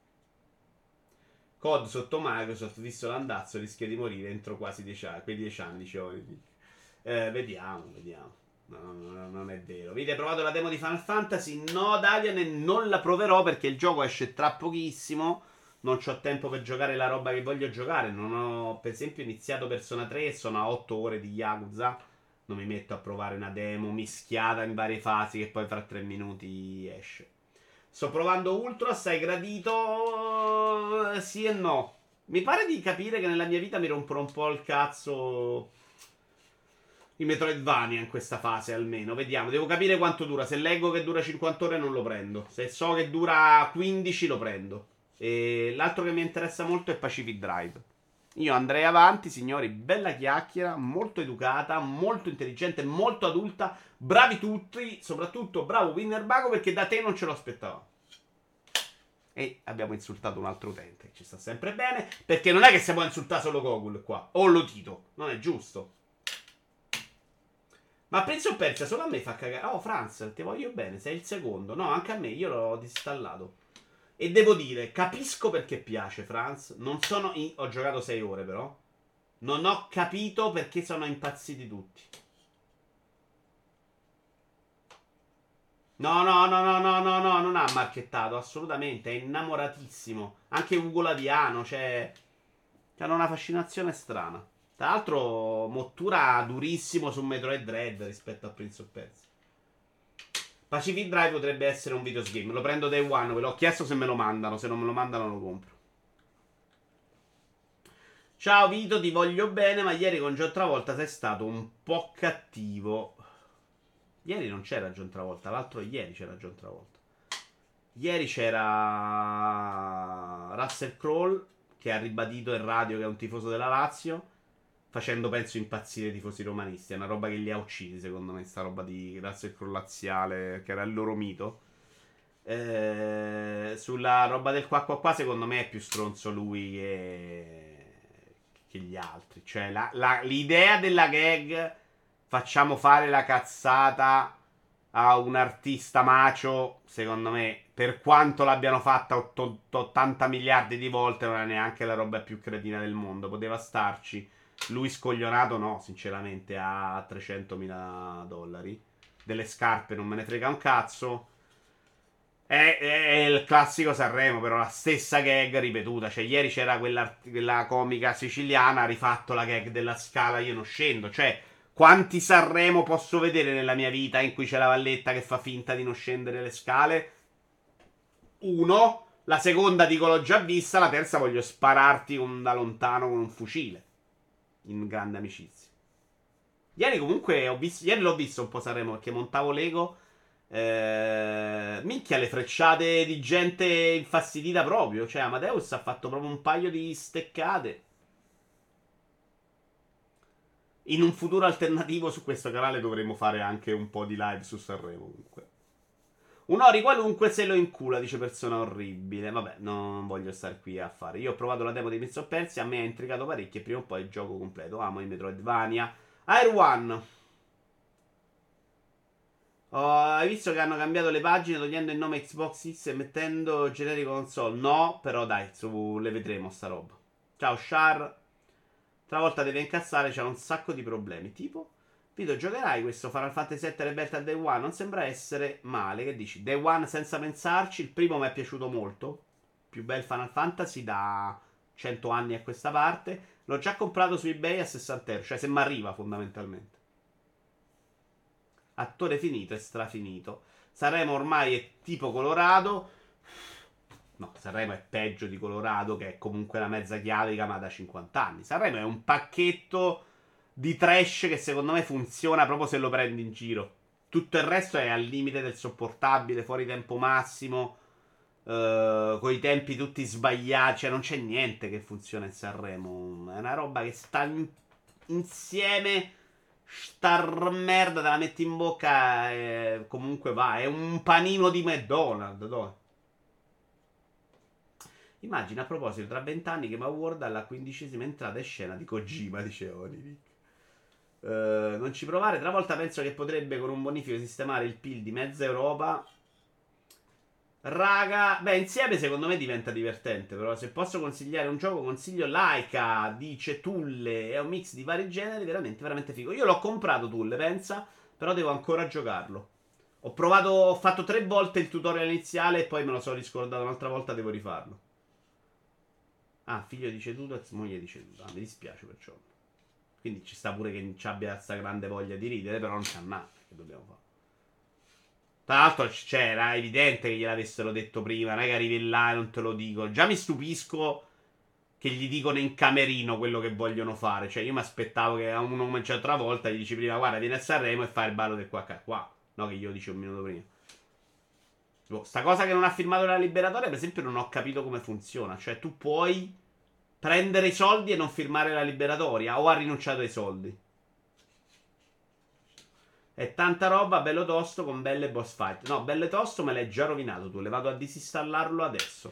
C O D sotto Microsoft, visto l'andazzo, rischia di morire entro quasi dieci anni. Quei dieci anni, dicevo. Eh, vediamo, vediamo. No, no, non è vero. Avete provato la demo di Final Fantasy? No, Dalian, non la proverò perché il gioco esce tra pochissimo. Non c'ho tempo per giocare la roba che voglio giocare. Non ho, per esempio, iniziato Persona tre e sono a otto ore di Yakuza. Non mi metto a provare una demo mischiata in varie fasi che poi fra tre minuti esce. Sto provando Ultra, sei gradito? Eh, Sì e no. Mi pare di capire che nella mia vita mi romperò un po' il cazzo i Metroidvania in questa fase almeno. Vediamo, devo capire quanto dura. Se leggo che dura cinquanta ore non lo prendo. Se so che dura quindici lo prendo. E l'altro che mi interessa molto è Pacific Drive. Io andrei avanti, signori. Bella chiacchiera, molto educata, molto intelligente, molto adulta. Bravi tutti, soprattutto bravo Winnerbago perché da te non ce lo aspettavamo. E abbiamo insultato un altro utente, che ci sta sempre bene. Perché non è che si può insultare solo Gogol qua. O Lotito, non è giusto. Ma Prince of Persia solo a me fa cagare. Oh, Franz, ti voglio bene, sei il secondo. No, anche a me, io l'ho disinstallato. E devo dire, capisco perché piace, Franz. Non sono. In... Ho giocato sei ore, però. Non ho capito perché sono impazziti tutti. No, no, no, no, no, no, no, non ha marchettato, assolutamente. È innamoratissimo. Anche Ugo Laviano, cioè. Hanno una fascinazione strana. Tra l'altro, mottura durissimo su Metroid Dread rispetto a Prince of Persia. Pacific Drive potrebbe essere un videogame. Lo prendo day one. Ve l'ho chiesto se me lo mandano. Se non me lo mandano, lo compro. Ciao Vito, ti voglio bene. Ma ieri con John Travolta sei stato un po' cattivo. Ieri non c'era John Travolta. L'altro ieri c'era John Travolta. Ieri c'era Russell Crowe, che ha ribadito in radio che è un tifoso della Lazio, facendo penso impazzire i tifosi romanisti. È una roba che li ha uccisi, secondo me, sta roba di Russell Crowe laziale, che era il loro mito. Eh, sulla roba del qua qua qua, secondo me è più stronzo lui che, che gli altri. Cioè la, la, l'idea della gag, facciamo fare la cazzata a un artista macio, secondo me, per quanto l'abbiano fatta ottanta miliardi di volte, non è neanche la roba più cretina del mondo. Poteva starci. Lui scoglionato no, sinceramente, a trecentomila dollari. Delle scarpe non me ne frega un cazzo. È, è il classico Sanremo, però la stessa gag ripetuta. Cioè ieri c'era quella, quella comica siciliana, ha rifatto la gag della scala, io non scendo. Cioè, quanti Sanremo posso vedere nella mia vita in cui c'è la Valletta che fa finta di non scendere le scale? Uno. La seconda dico l'ho già vista, la terza voglio spararti con, da lontano con un fucile. In grande amicizia. Ieri comunque ho visto. Ieri l'ho visto un po' Sanremo perché montavo Lego. Eh, minchia, le frecciate di gente infastidita proprio. Cioè, Amadeus ha fatto proprio un paio di steccate. In un futuro alternativo su questo canale dovremo fare anche un po' di live su Sanremo. Comunque. Un Ori qualunque se lo incula, dice persona orribile. Vabbè, non voglio stare qui a fare. Io ho provato la demo di Prince of Persia, a me ha intrigato parecchio e prima o poi il gioco completo. Amo i Metroidvania. Air One. Oh, hai visto che hanno cambiato le pagine togliendo il nome Xbox X e mettendo generico console? No, però dai, su, le vedremo sta roba. Ciao Char. Travolta deve incassare, c'ha un sacco di problemi. Tipo, Vito, giocherai questo Final Fantasy sette Rebirth al Day One? Non sembra essere male, che dici? Day One senza pensarci, il primo mi è piaciuto molto. Più bel Final Fantasy da cento anni a questa parte. L'ho già comprato su eBay a sessanta euro, cioè se mi arriva fondamentalmente. Attore finito e strafinito. Sanremo ormai è tipo Colorado. No, Sanremo è peggio di Colorado, che è comunque la mezza chiavica, ma da cinquanta anni. Sanremo è un pacchetto di trash che secondo me funziona proprio se lo prendi in giro. Tutto il resto è al limite del sopportabile, fuori tempo massimo, uh, con i tempi tutti sbagliati. Cioè non c'è niente che funziona in Sanremo. È una roba che sta in- insieme. Star merda, te la metti in bocca e comunque va. È un panino di McDonald's. Dove? Immagina a proposito, tra vent'anni che World alla quindicesima entrata in scena di Kojima, diceva Nick. Uh, non ci provare. Travolta penso che potrebbe con un bonifico sistemare il P I L di mezza Europa. Raga, beh, insieme secondo me diventa divertente. Però se posso consigliare un gioco, consiglio Laika, dice Tulle. È un mix di vari generi, veramente, veramente figo. Io l'ho comprato Tulle, pensa, però devo ancora giocarlo. Ho provato, ho fatto tre volte il tutorial iniziale e poi me lo sono riscordato un'altra volta, devo rifarlo. Ah, figlio dice tutto, ex moglie dice tutto. Ah, mi dispiace perciò. Quindi ci sta pure che non ci abbia questa grande voglia di ridere, però non c'ha nada. Che dobbiamo fare? Tra l'altro c'era evidente che gliel'avessero detto prima, non è che arrivi là e non te lo dico. Già mi stupisco che gli dicono in camerino quello che vogliono fare. Cioè io mi aspettavo che a uno come c'è l'altra volta gli dici prima guarda vieni a Sanremo e fai il ballo del qua qua. No che io dici un minuto prima. Boh, sta cosa che non ha firmato la liberatoria per esempio non ho capito come funziona. Cioè tu puoi prendere i soldi e non firmare la liberatoria o ha rinunciato ai soldi. È tanta roba, bello tosto con belle boss fight. No, bello tosto me l'hai già rovinato tu. Le vado a disinstallarlo adesso.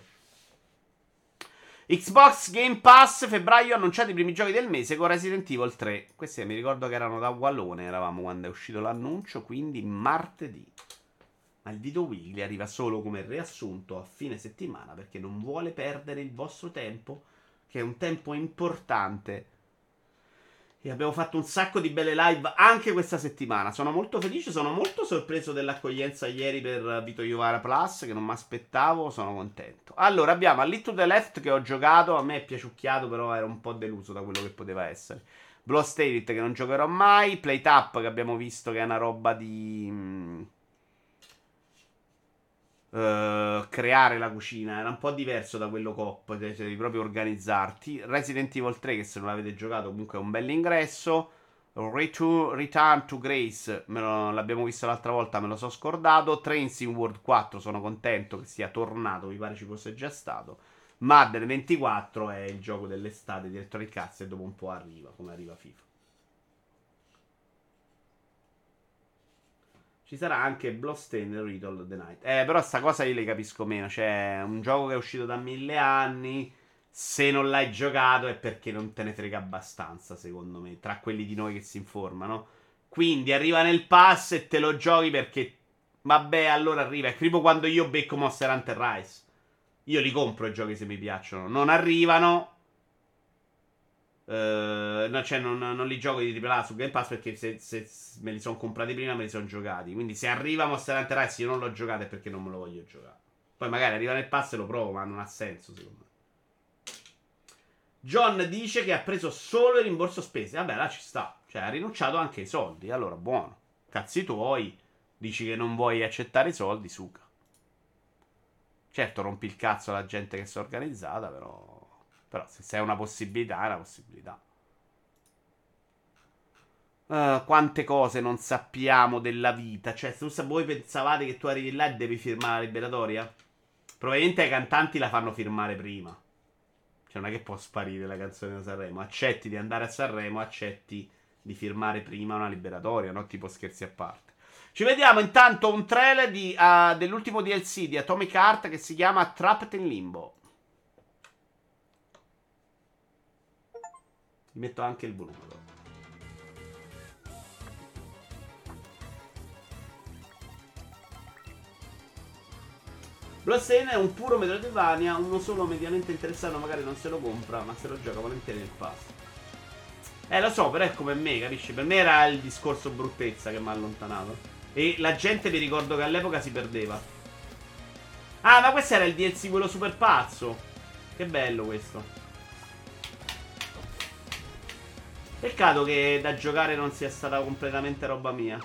Xbox Game Pass, febbraio, annunciati i primi giochi del mese con Resident Evil tre. Questi mi ricordo che erano da Wallone, eravamo quando è uscito l'annuncio, quindi martedì. Ma il video weekly arriva solo come riassunto a fine settimana perché non vuole perdere il vostro tempo, che è un tempo importante. E abbiamo fatto un sacco di belle live anche questa settimana. Sono molto felice, sono molto sorpreso dell'accoglienza ieri per Vito Iovara Plus, che non mi aspettavo, sono contento. Allora, abbiamo A Little to the Left che ho giocato, a me è piaciucchiato, però ero un po' deluso da quello che poteva essere. Blood State che non giocherò mai, Playtap che abbiamo visto che è una roba di... Mh, Uh, creare la cucina era un po' diverso da quello coop, cioè devi proprio organizzarti. Resident Evil tre che se non l'avete giocato comunque è un bel ingresso. Return, Return to Grace me lo, l'abbiamo visto l'altra volta, me lo so scordato. Trains in World quattro sono contento che sia tornato, mi pare ci fosse già stato. Madden ventiquattro è il gioco dell'estate di Electronic Arts e dopo un po' arriva come arriva FIFA. Ci sarà anche Bloodstained Ritual of the Night. Eh, però sta cosa io le capisco meno. Cioè, un gioco che è uscito da mille anni. Se non l'hai giocato è perché non te ne frega abbastanza, secondo me. Tra quelli di noi che si informano. Quindi arriva nel pass e te lo giochi perché... Vabbè, allora arriva. È tipo quando io becco Monster Hunter Rise. Io li compro i giochi se mi piacciono. Non arrivano... Uh, no, cioè non, non li gioco di tripla A su Game Pass perché se, se me li sono comprati prima me li sono giocati. Quindi se arriva Monster Hunter Rise io non l'ho giocato è perché non me lo voglio giocare. Poi magari arriva nel pass e lo provo, ma non ha senso secondo me. John dice che ha preso solo il rimborso spese. Vabbè, là ci sta. Cioè ha rinunciato anche ai soldi. Allora buono. Cazzi tuoi. Dici che non vuoi accettare i soldi, suca. Certo rompi il cazzo alla gente che si è organizzata, però... Però se sei una possibilità, è una possibilità. Uh, quante cose non sappiamo della vita. Cioè, se voi pensavate che tu arrivi là e devi firmare la liberatoria? Probabilmente ai cantanti la fanno firmare prima. Cioè, non è che può sparire la canzone da Sanremo. Accetti di andare a Sanremo, accetti di firmare prima una liberatoria, no? Tipo scherzi a parte. Ci vediamo intanto un trailer di, uh, dell'ultimo D L C di Atomic Heart che si chiama Trapped in Limbo. Mi metto anche il volume. Bloodstained è un puro Metroidvania. Uno solo mediamente interessato magari non se lo compra, ma se lo gioca volentieri nel pass. Eh lo so, però è come me, capisci? Per me era il discorso bruttezza che mi ha allontanato. E la gente vi ricordo che all'epoca si perdeva. Ah, ma questo era il D L C quello super pazzo. Che bello questo. Peccato che da giocare non sia stata completamente roba mia.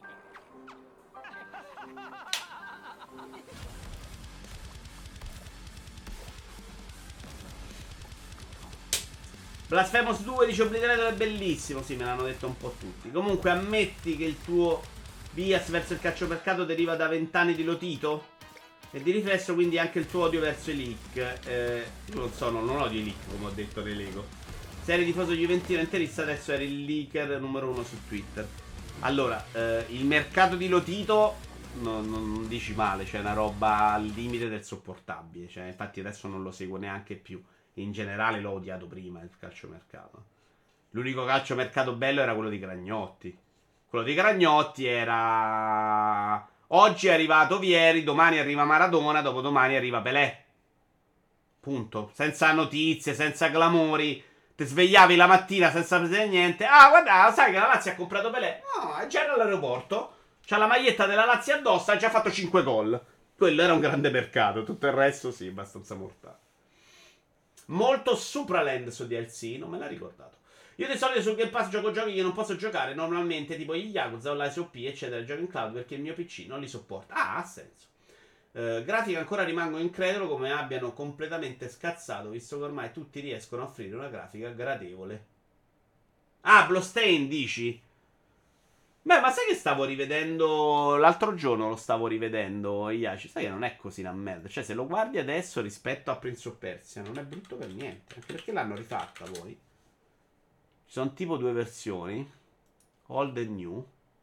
Blasphemous due dice Obliterator è bellissimo. Sì, me l'hanno detto un po' tutti. Comunque ammetti che il tuo bias verso il calciomercato deriva da vent'anni di Lotito? E di riflesso quindi anche il tuo odio verso i leak. Eh, io non so, non, non odio i leak come ho detto nei Lego. Se eri tifoso juventino interista adesso eri il leaker numero uno su Twitter. Allora, eh, il mercato di Lotito non, non dici male, cioè è una roba al limite del sopportabile. Cioè, infatti adesso non lo seguo neanche più. In generale l'ho odiato prima il calciomercato. L'unico calciomercato bello era quello di Gragnotti. Quello di Gragnotti era... Oggi è arrivato Vieri, domani arriva Maradona, dopodomani arriva Pelé. Punto. Senza notizie, senza clamori. Ti svegliavi la mattina senza sapere niente. Ah, guarda, sai che la Lazio ha comprato Pelé? No, è già all'aeroporto. C'ha la maglietta della Lazio addosso, ha già fatto cinque gol. Quello era un grande mercato. Tutto il resto, sì, abbastanza mortale. Molto Supraland su D L C, non me l'ha ricordato. Io di solito sul Game Pass gioco giochi che non posso giocare normalmente, tipo gli Yakuza o l'I S O P, eccetera, gioco in cloud perché il mio P C non li sopporta. Ah, ha senso. Uh, grafica ancora rimango incredulo come abbiano completamente scazzato, visto che ormai tutti riescono a offrire una grafica gradevole. Ah, Bloodstained dici? Beh, ma sai che stavo rivedendo l'altro giorno, lo stavo rivedendo Iaci, sai che non è così una merda. Cioè, se lo guardi adesso rispetto a Prince of Persia non è brutto per niente, anche perché l'hanno rifatta poi. Ci sono tipo due versioni, old e new.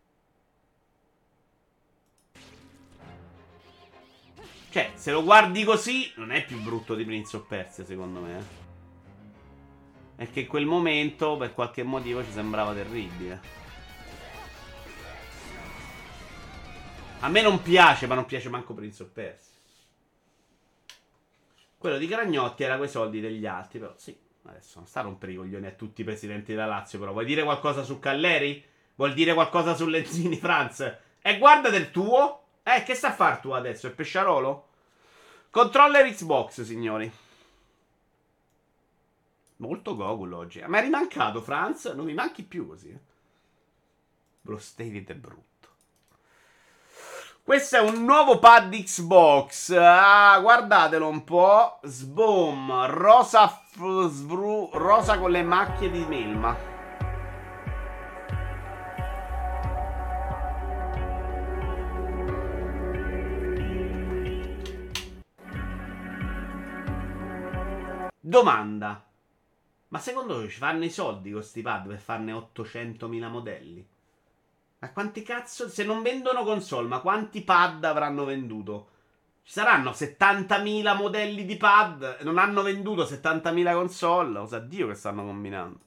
Cioè, se lo guardi così, non è più brutto di Prince of Persia, secondo me. Eh. È che in quel momento, per qualche motivo, ci sembrava terribile. A me non piace, ma non piace manco Prince of Persia. Quello di Cragnotti era quei soldi degli altri, però sì. Adesso non sta a rompere i coglioni a tutti i presidenti della Lazio, però. Vuoi dire qualcosa su Calleri? Vuol dire qualcosa su Lenzini, Franz? E guarda del tuo? Eh, che sta a far tu adesso? È Pesciarolo? Controller Xbox, signori. Molto Gogol oggi. Ma è rimancato, Franz? Non mi manchi più così. Bloodstained è brutto. Questo è un nuovo pad Xbox. Ah, guardatelo un po'. Sboom. Rosa, f- svru- rosa con le macchie di melma. Domanda. Ma secondo voi ci fanno i soldi con sti pad per farne ottocentomila modelli? Ma quanti cazzo... Se non vendono console, ma quanti pad avranno venduto? Ci saranno settantamila modelli di pad. Non hanno venduto settantamila console. Lo sa Dio che stanno combinando.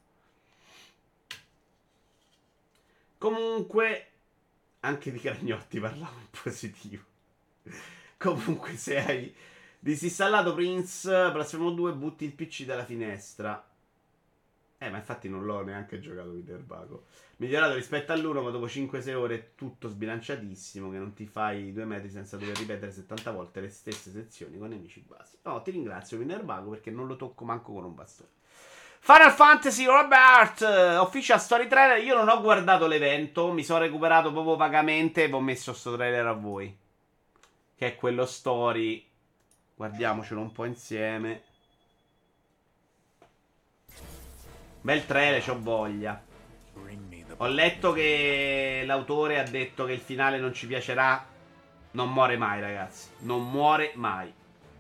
Comunque... Anche di Cragnotti parlavo in positivo. Comunque se hai disinstallato Prince Blasphemous due, butti il P C dalla finestra. Eh, ma infatti non l'ho neanche giocato Peter Bago. Migliorato rispetto all'uno, ma dopo cinque sei ore è tutto sbilanciatissimo, che non ti fai due metri senza dover ripetere settanta volte le stesse sezioni con nemici basi. No, ti ringrazio Peter Bago perché non lo tocco manco con un bastone. Final Fantasy Robert Official Story Trailer. Io non ho guardato l'evento, mi sono recuperato proprio vagamente e vi ho messo sto trailer a voi, che è quello story. Guardiamocelo un po' insieme. Bel trailer, c'ho voglia. Ho letto che l'autore ha detto che il finale non ci piacerà. Non muore mai, ragazzi. Non muore mai.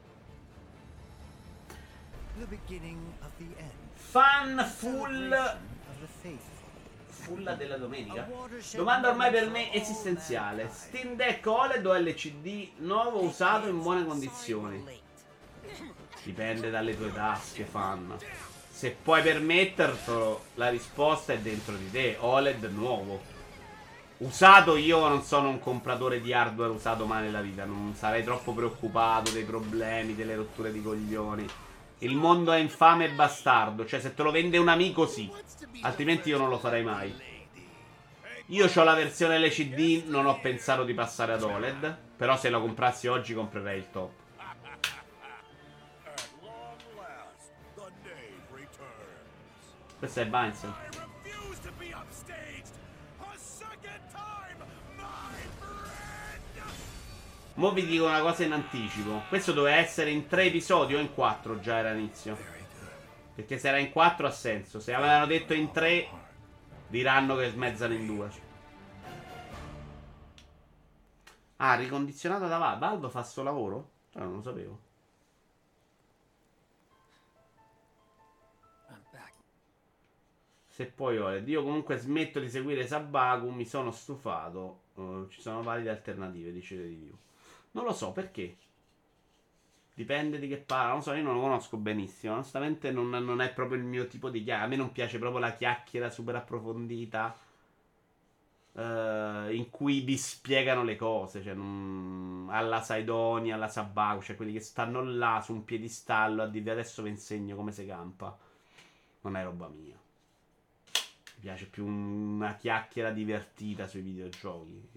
Fan full. Fulla della domenica. Domanda ormai per me esistenziale. Steam Deck O L E D o L C D nuovo usato in buone condizioni? Dipende dalle tue tasche, fan. Se puoi permettertelo, la risposta è dentro di te. O L E D nuovo. Usato, io non sono un compratore di hardware usato mai nella vita. Non sarei troppo preoccupato dei problemi, delle rotture di coglioni. Il mondo è infame e bastardo. Cioè, se te lo vende un amico, sì. Altrimenti io non lo farei mai. Io ho la versione L C D, non ho pensato di passare ad O L E D. Però se lo comprassi oggi comprerei il top. Questo è Vincent. Mo vi dico una cosa in anticipo. Questo doveva essere in tre episodi o in quattro già era inizio. Perché se era in quattro ha senso. Se avevano detto in tre diranno che smezzano in due. Ah, ricondizionato da Valve. Valve fa sto lavoro? Ah, non lo sapevo. Se poi O L E D. Io comunque smetto di seguire Sabaku. Mi sono stufato. uh, Ci sono valide alternative, dice le review. Non lo so perché. Dipende di che parla. Non so, io non lo conosco benissimo. Onestamente non, non è proprio il mio tipo di chiacchiera. A me non piace proprio la chiacchiera super approfondita uh, in cui vi spiegano le cose. Cioè non, alla Saidoni, alla Sabaku. Cioè quelli che stanno là su un piedistallo a dirvi adesso vi insegno come si campa. Non è roba mia. Mi piace più una chiacchiera divertita sui videogiochi.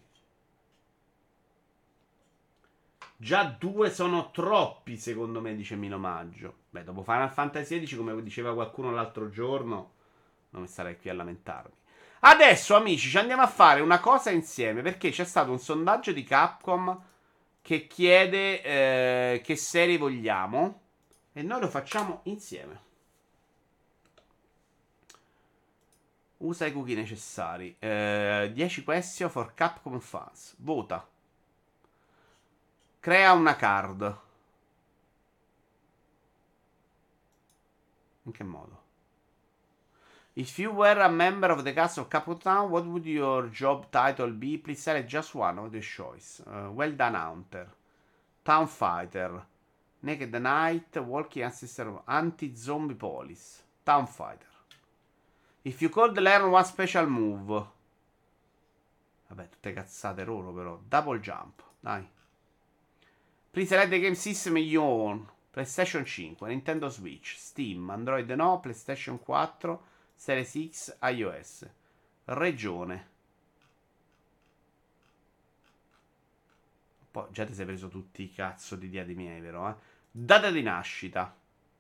Già due sono troppi, secondo me, dice Mino Maggio. Beh, dopo Final Fantasy sedici, come diceva qualcuno l'altro giorno, non mi starei qui a lamentarmi. Adesso, amici, ci andiamo a fare una cosa insieme, perché c'è stato un sondaggio di Capcom che chiede eh, che serie vogliamo, e noi lo facciamo insieme. Usa i cookie necessari. Eh, dieci question for Capcom fans. Vota. Crea una card. In che modo? If you were a member of the cast of Capcom Town, what would your job title be? Please select just one of the choice. Uh, well done, Hunter. Town Fighter. Naked Knight. Walking Ancestor. Anti-Zombie Police. Town Fighter. If you could learn one special move. Vabbè, tutte cazzate loro però. Double Jump. Dai. Please select the game system you own. PlayStation cinque, Nintendo Switch, Steam, Android no, PlayStation quattro, Series X, iOS. Regione. Poi già ti sei preso tutti i cazzo di diadi miei, vero? Eh? Data di nascita.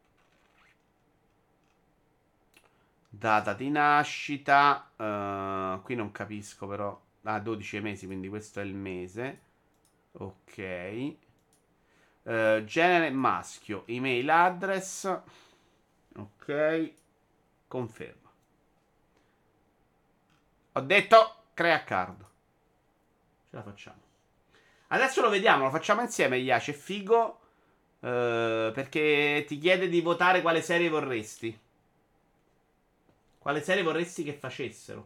Data di nascita. Uh, qui non capisco però. Ah, dodici mesi, quindi questo è il mese. Ok. Uh, genere maschio. Email address. Ok. Conferma. Ho detto crea card. Ce la facciamo. Adesso lo vediamo, lo facciamo insieme, Iace. È figo. Uh, perché ti chiede di votare quale serie vorresti. Quale serie vorresti che facessero?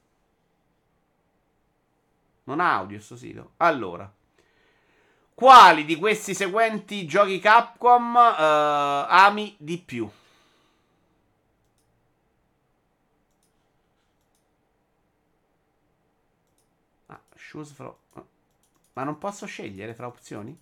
Non ha audio sto sito. Allora. Quali di questi seguenti giochi Capcom uh, ami di più? Ah, choose from... Ma non posso scegliere fra opzioni?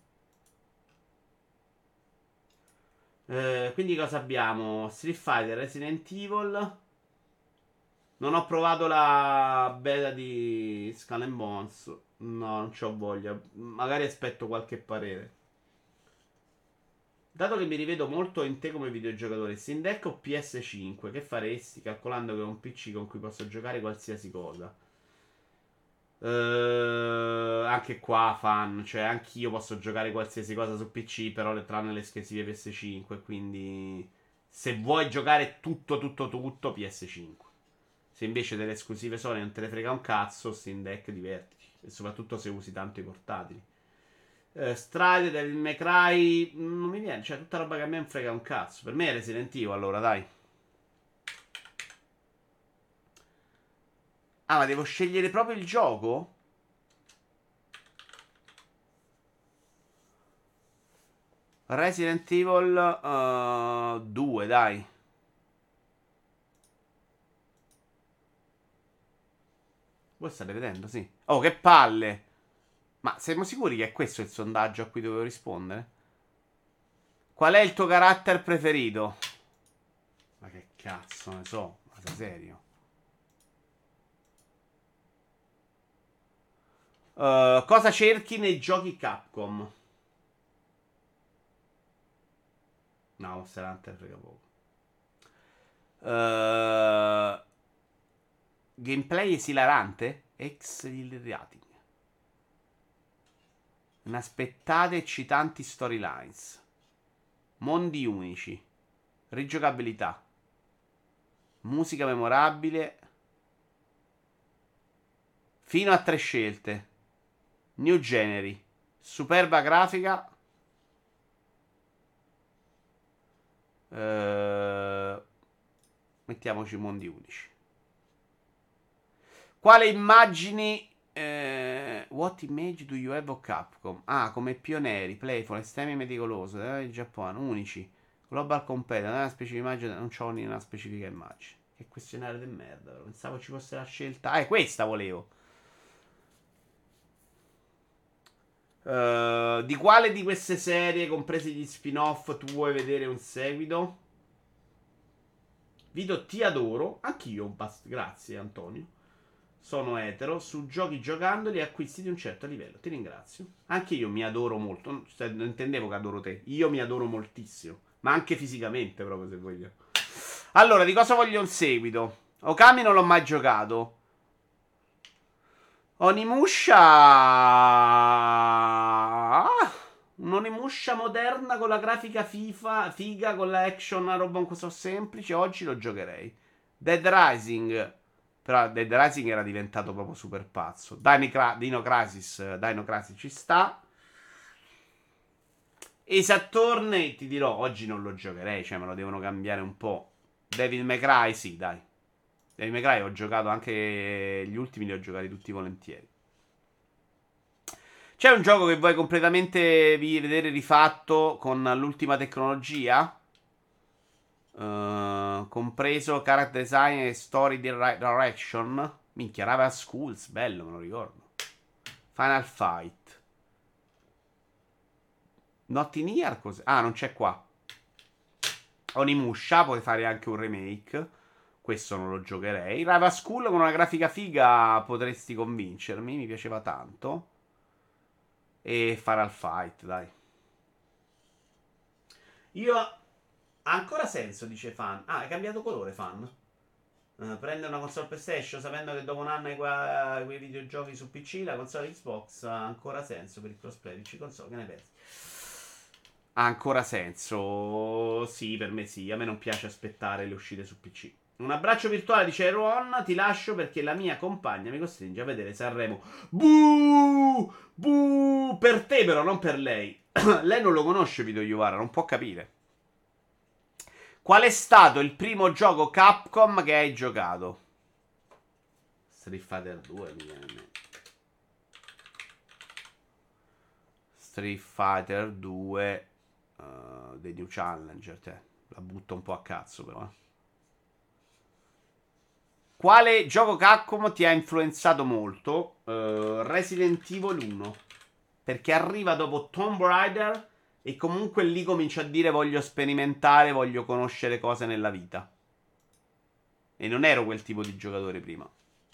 Eh, quindi cosa abbiamo? Street Fighter, Resident Evil. Non ho provato la beta di Skull and Bones. No, non c'ho voglia. Magari aspetto qualche parere. Dato che mi rivedo molto in te come videogiocatore, Steam Deck o P S cinque, che faresti calcolando che ho un P C con cui posso giocare qualsiasi cosa? Uh, anche qua fan, cioè anch'io posso giocare qualsiasi cosa su P C, però tranne le esclusive P S cinque, quindi se vuoi giocare tutto tutto tutto P S cinque. Se invece delle esclusive Sony non te ne frega un cazzo, Steam Deck divertiti, e soprattutto se usi tanto i portatili. uh, Stride del May Cry non mi viene, cioè tutta roba che a me non frega un cazzo. Per me è Resident Evil, allora dai. Ah, ma devo scegliere proprio il gioco? Resident Evil uh, due, dai. Voi state vedendo, sì. Oh, che palle. Ma siamo sicuri che è questo il sondaggio a cui dovevo rispondere? Qual è il tuo carattere preferito? Ma che cazzo ne so, ma sei serio? Uh, cosa cerchi nei giochi Capcom? No, Monster Hunter frega poco. Uh, gameplay esilarante? Exhilarating. Inaspettate e eccitanti storylines. Mondi unici. Rigiocabilità. Musica memorabile. Fino a tre scelte. New generi. Superba grafica. Uh, mettiamoci mondi unici. Quale immagini eh, what image do you have of Capcom? Ah, come pionieri, playful, estremi meticoloso, eh, Giappone, unici, global competitor, non è una specifica immagine, non c'ho una specifica immagine. Che questionario di merda, però. Pensavo ci fosse la scelta. Ah, è questa volevo. Uh, di quale di queste serie, compresi gli spin-off, tu vuoi vedere un seguito? Vito, ti adoro. Anch'io un pass. Grazie, Antonio. Sono etero. Su giochi giocandoli acquisti di un certo livello. Ti ringrazio. Anche io mi adoro molto. Non intendevo che adoro te. Io mi adoro moltissimo. Ma anche fisicamente, proprio se voglio. Allora, di cosa voglio un seguito? Okami non l'ho mai giocato. Onimusha. Un'Onimusha moderna con la grafica FIFA, figa, con la action, una roba un po' semplice. Oggi lo giocherei. Dead Rising. Però Dead Rising era diventato proprio super pazzo. Dino, Cra- Dino Crisis. Dino Crisis ci sta. Ace Attorney, ti dirò, oggi non lo giocherei. Cioè, me lo devono cambiare un po'. Devil May Cry, sì, dai. Devil May Cry ho giocato anche gli ultimi, li ho giocati tutti volentieri. C'è un gioco che vuoi completamente vedere rifatto con l'ultima tecnologia? Uh, compreso character design e story direction. Minchia, Rival Schools, bello, me lo ricordo. Final Fight. Not in Here, cos'è? Ah, non c'è qua. Onimusha, puoi fare anche un remake. Questo non lo giocherei. Rival School con una grafica figa potresti convincermi, mi piaceva tanto. E Final Fight, dai. Io... Ha ancora senso, dice Fan. Ah, hai cambiato colore, Fan. Uh, prendere una console PlayStation sapendo che dopo un anno hai qua, quei videogiochi su P C, la console Xbox ha ancora senso per il crossplay P C console, che ne pensi? Ha ancora senso? Sì, per me sì. A me non piace aspettare le uscite su P C. Un abbraccio virtuale, dice Ron. Ti lascio perché la mia compagna mi costringe a vedere Sanremo. Buh! Buh! Per te però, non per lei. Lei non lo conosce Vito Iuvara, non può capire. Qual è stato il primo gioco Capcom che hai giocato? Street Fighter due mi viene. Street Fighter due uh, dei New Challenger, te. La butto un po' a cazzo però. Eh. Quale gioco Capcom ti ha influenzato molto? Uh, Resident Evil uno. Perché arriva dopo Tomb Raider e comunque lì comincio a dire voglio sperimentare, voglio conoscere cose nella vita. E non ero quel tipo di giocatore prima.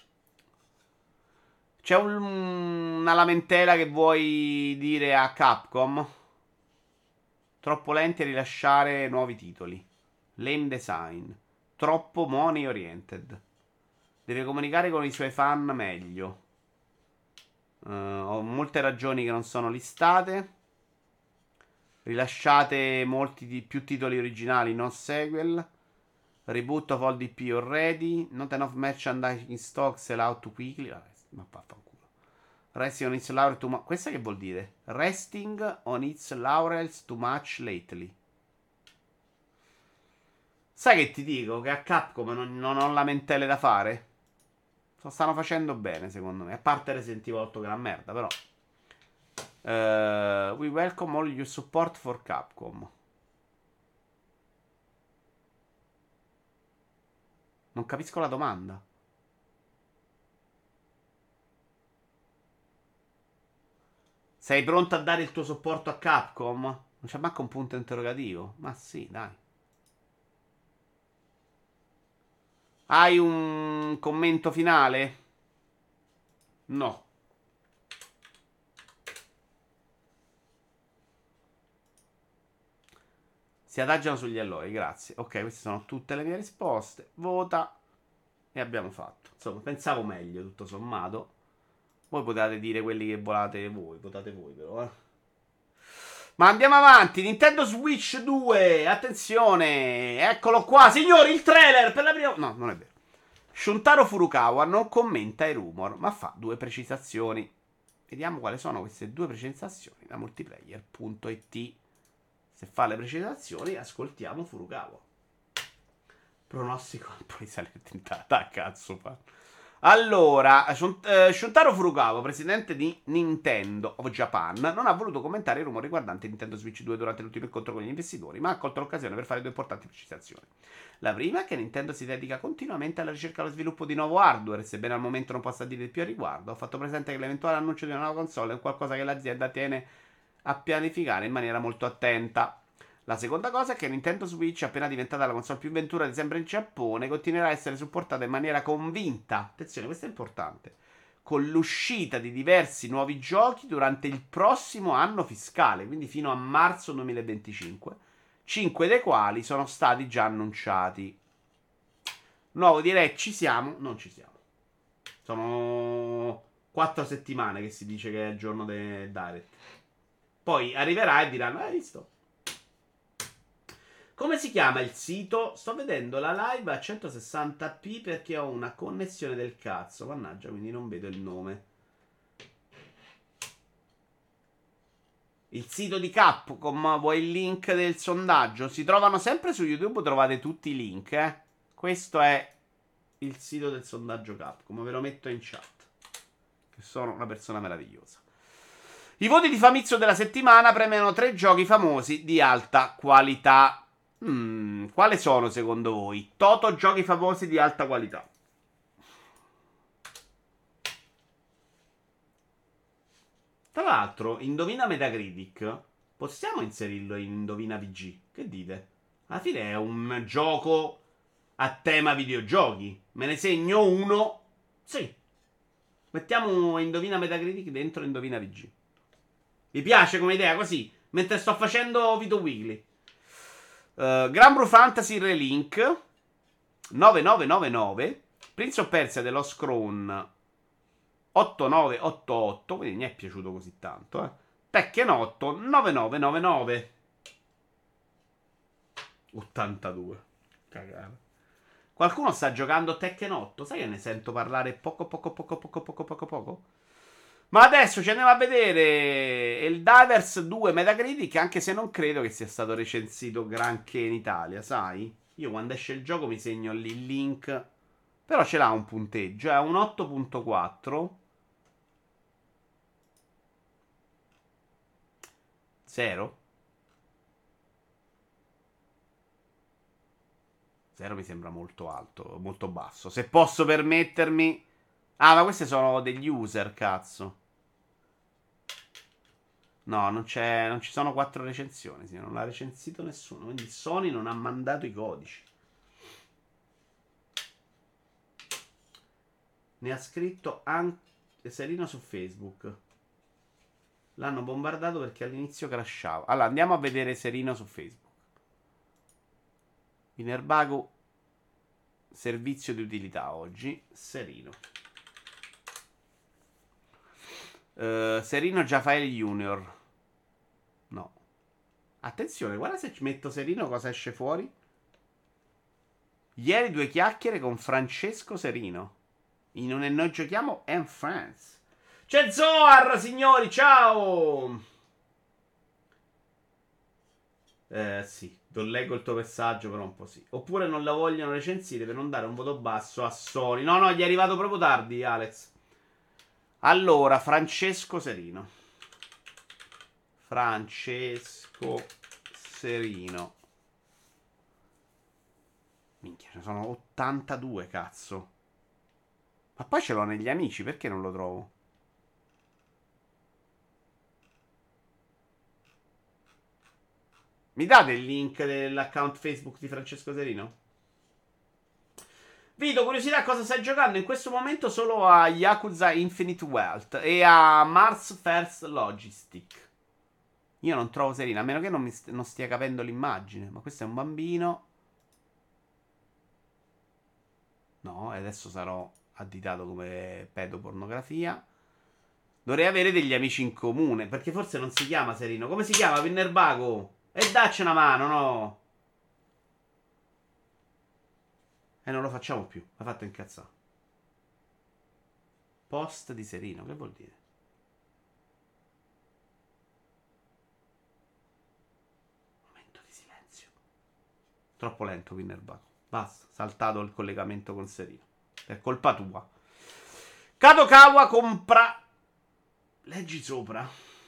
C'è un, una lamentela che vuoi dire a Capcom? Troppo lenti a rilasciare nuovi titoli. Lame design. Troppo money oriented. Deve comunicare con i suoi fan meglio. Uh, ho molte ragioni che non sono listate. Rilasciate molti di, più titoli originali, non sequel. Reboot of all D P already. Not enough merchandise in stock. Sell out too quickly. Vabbè, ma vaffanculo. Resting on its laurels too much. Questo che vuol dire? Resting on its laurels too much lately. Sai che ti dico? Che a Capcom non, non ho lamentele da fare. Lo stanno facendo bene, secondo me. A parte Resident Evil otto che è una merda, però. Uh, we welcome all your support for Capcom. Non capisco la domanda. Sei pronto a dare il tuo supporto a Capcom? Non c'è manco un punto interrogativo. Ma sì, dai. Hai un commento finale? No. Si adagiano sugli allori, grazie. Ok, queste sono tutte le mie risposte. Vota. E abbiamo fatto. Insomma, pensavo meglio, tutto sommato. Voi potete dire quelli che volate voi. Votate voi, però, eh. Ma andiamo avanti. Nintendo Switch due. Attenzione. Eccolo qua, signori, il trailer per la prima... No, non è vero. Shuntaro Furukawa non commenta i rumor, ma fa due precisazioni. Vediamo quali sono queste due precisazioni da multiplayer punto it. Se fa le precisazioni, ascoltiamo Furukawa. Pronostico un po' di salentità, cazzo fa. Allora, Shuntaro Furukawa, presidente di Nintendo of Japan, non ha voluto commentare i rumori riguardanti Nintendo Switch due durante l'ultimo incontro con gli investitori, ma ha colto l'occasione per fare due importanti precisazioni. La prima è che Nintendo si dedica continuamente alla ricerca e allo sviluppo di nuovo hardware, sebbene al momento non possa dire più a riguardo. Ho fatto presente che l'eventuale annuncio di una nuova console è qualcosa che l'azienda tiene a pianificare in maniera molto attenta. La seconda cosa è che Nintendo Switch, appena diventata la console più venduta di sempre in Giappone, continuerà a essere supportata in maniera convinta. Attenzione, questo è importante. Con l'uscita di diversi nuovi giochi durante il prossimo anno fiscale, quindi fino a marzo duemilaventicinque, cinque dei quali sono stati già annunciati. Nuovo direi ci siamo, non ci siamo. Sono quattro settimane che si dice che è il giorno del Direct. Poi arriverà e diranno, hai visto? Come si chiama il sito? Sto vedendo la live a centosessanta p perché ho una connessione del cazzo. Mannaggia, quindi non vedo il nome. Il sito di Capcom, vuoi il link del sondaggio? Si trovano sempre su YouTube, trovate tutti i link, eh. Questo è il sito del sondaggio Capcom, ve lo metto in chat. Che sono una persona meravigliosa. I voti di Famitsu della settimana premiano tre giochi famosi di alta qualità. Hmm, quali sono secondo voi? Toto giochi famosi di alta qualità. Tra l'altro, Indovina Metacritic, possiamo inserirlo in Indovina V G? Che dite? Alla fine è un gioco a tema videogiochi. Me ne segno uno. Sì. Mettiamo Indovina Metacritic dentro Indovina V G. Vi piace come idea così? Mentre sto facendo Vito Weekly. Uh, Gran Blue Fantasy Relink nove nove nove nove. Prince of Persia The Lost Crown otto nove otto otto, quindi mi è piaciuto così tanto, eh. Tekken otto nove nove nove nove. ottantadue. Cagare. Qualcuno sta giocando Tekken otto? Sai che ne sento parlare poco poco poco poco poco poco poco? Ma adesso ci andiamo a vedere il Divers due Metacritic, anche se non credo che sia stato recensito granché in Italia, sai? Io quando esce il gioco mi segno lì il link. Però ce l'ha un punteggio, è un otto virgola quattro. Zero? Zero mi sembra molto alto, molto basso. Se posso permettermi... Ah, ma queste sono degli user, cazzo. No, non c'è, non ci sono quattro recensioni, sì, non l'ha recensito nessuno. Quindi Sony non ha mandato i codici. Ne ha scritto anche Serino su Facebook. L'hanno bombardato perché all'inizio crashava. Allora, andiamo a vedere Serino su Facebook. Inerbago servizio di utilità oggi. Serino. Uh, Serino Giafael Junior. No. Attenzione, guarda se ci metto Serino cosa esce fuori. Ieri due chiacchiere con Francesco Serino. In un e noi giochiamo en France. C'è Zoar, signori, ciao! Eh, sì, non leggo il tuo messaggio, però un po' sì. Oppure non la vogliono recensire per non dare un voto basso a Sony. No, no, gli è arrivato proprio tardi, Alex. Allora, Francesco Serino. Francesco Serino. Minchia, ne sono ottantadue, cazzo. Ma poi ce l'ho negli amici, perché non lo trovo? Mi date il link dell'account Facebook di Francesco Serino? Vito, curiosità, cosa stai giocando? In questo momento solo a Yakuza Infinite Wealth e a Mars First Logistic. Io non trovo Serino, a meno che non, mi st- non stia capendo l'immagine. Ma questo è un bambino. No, e adesso sarò additato come pedopornografia. Dovrei avere degli amici in comune, perché forse non si chiama Serino. Come si chiama? Pinnerbago? E dacci una mano, no? E non lo facciamo più. Ha fatto incazzare. Post di Serino, che vuol dire? Momento di silenzio. Troppo lento, Pinnerbago. Basta, saltato il collegamento con Serino. È colpa tua. Kadokawa compra... Leggi sopra.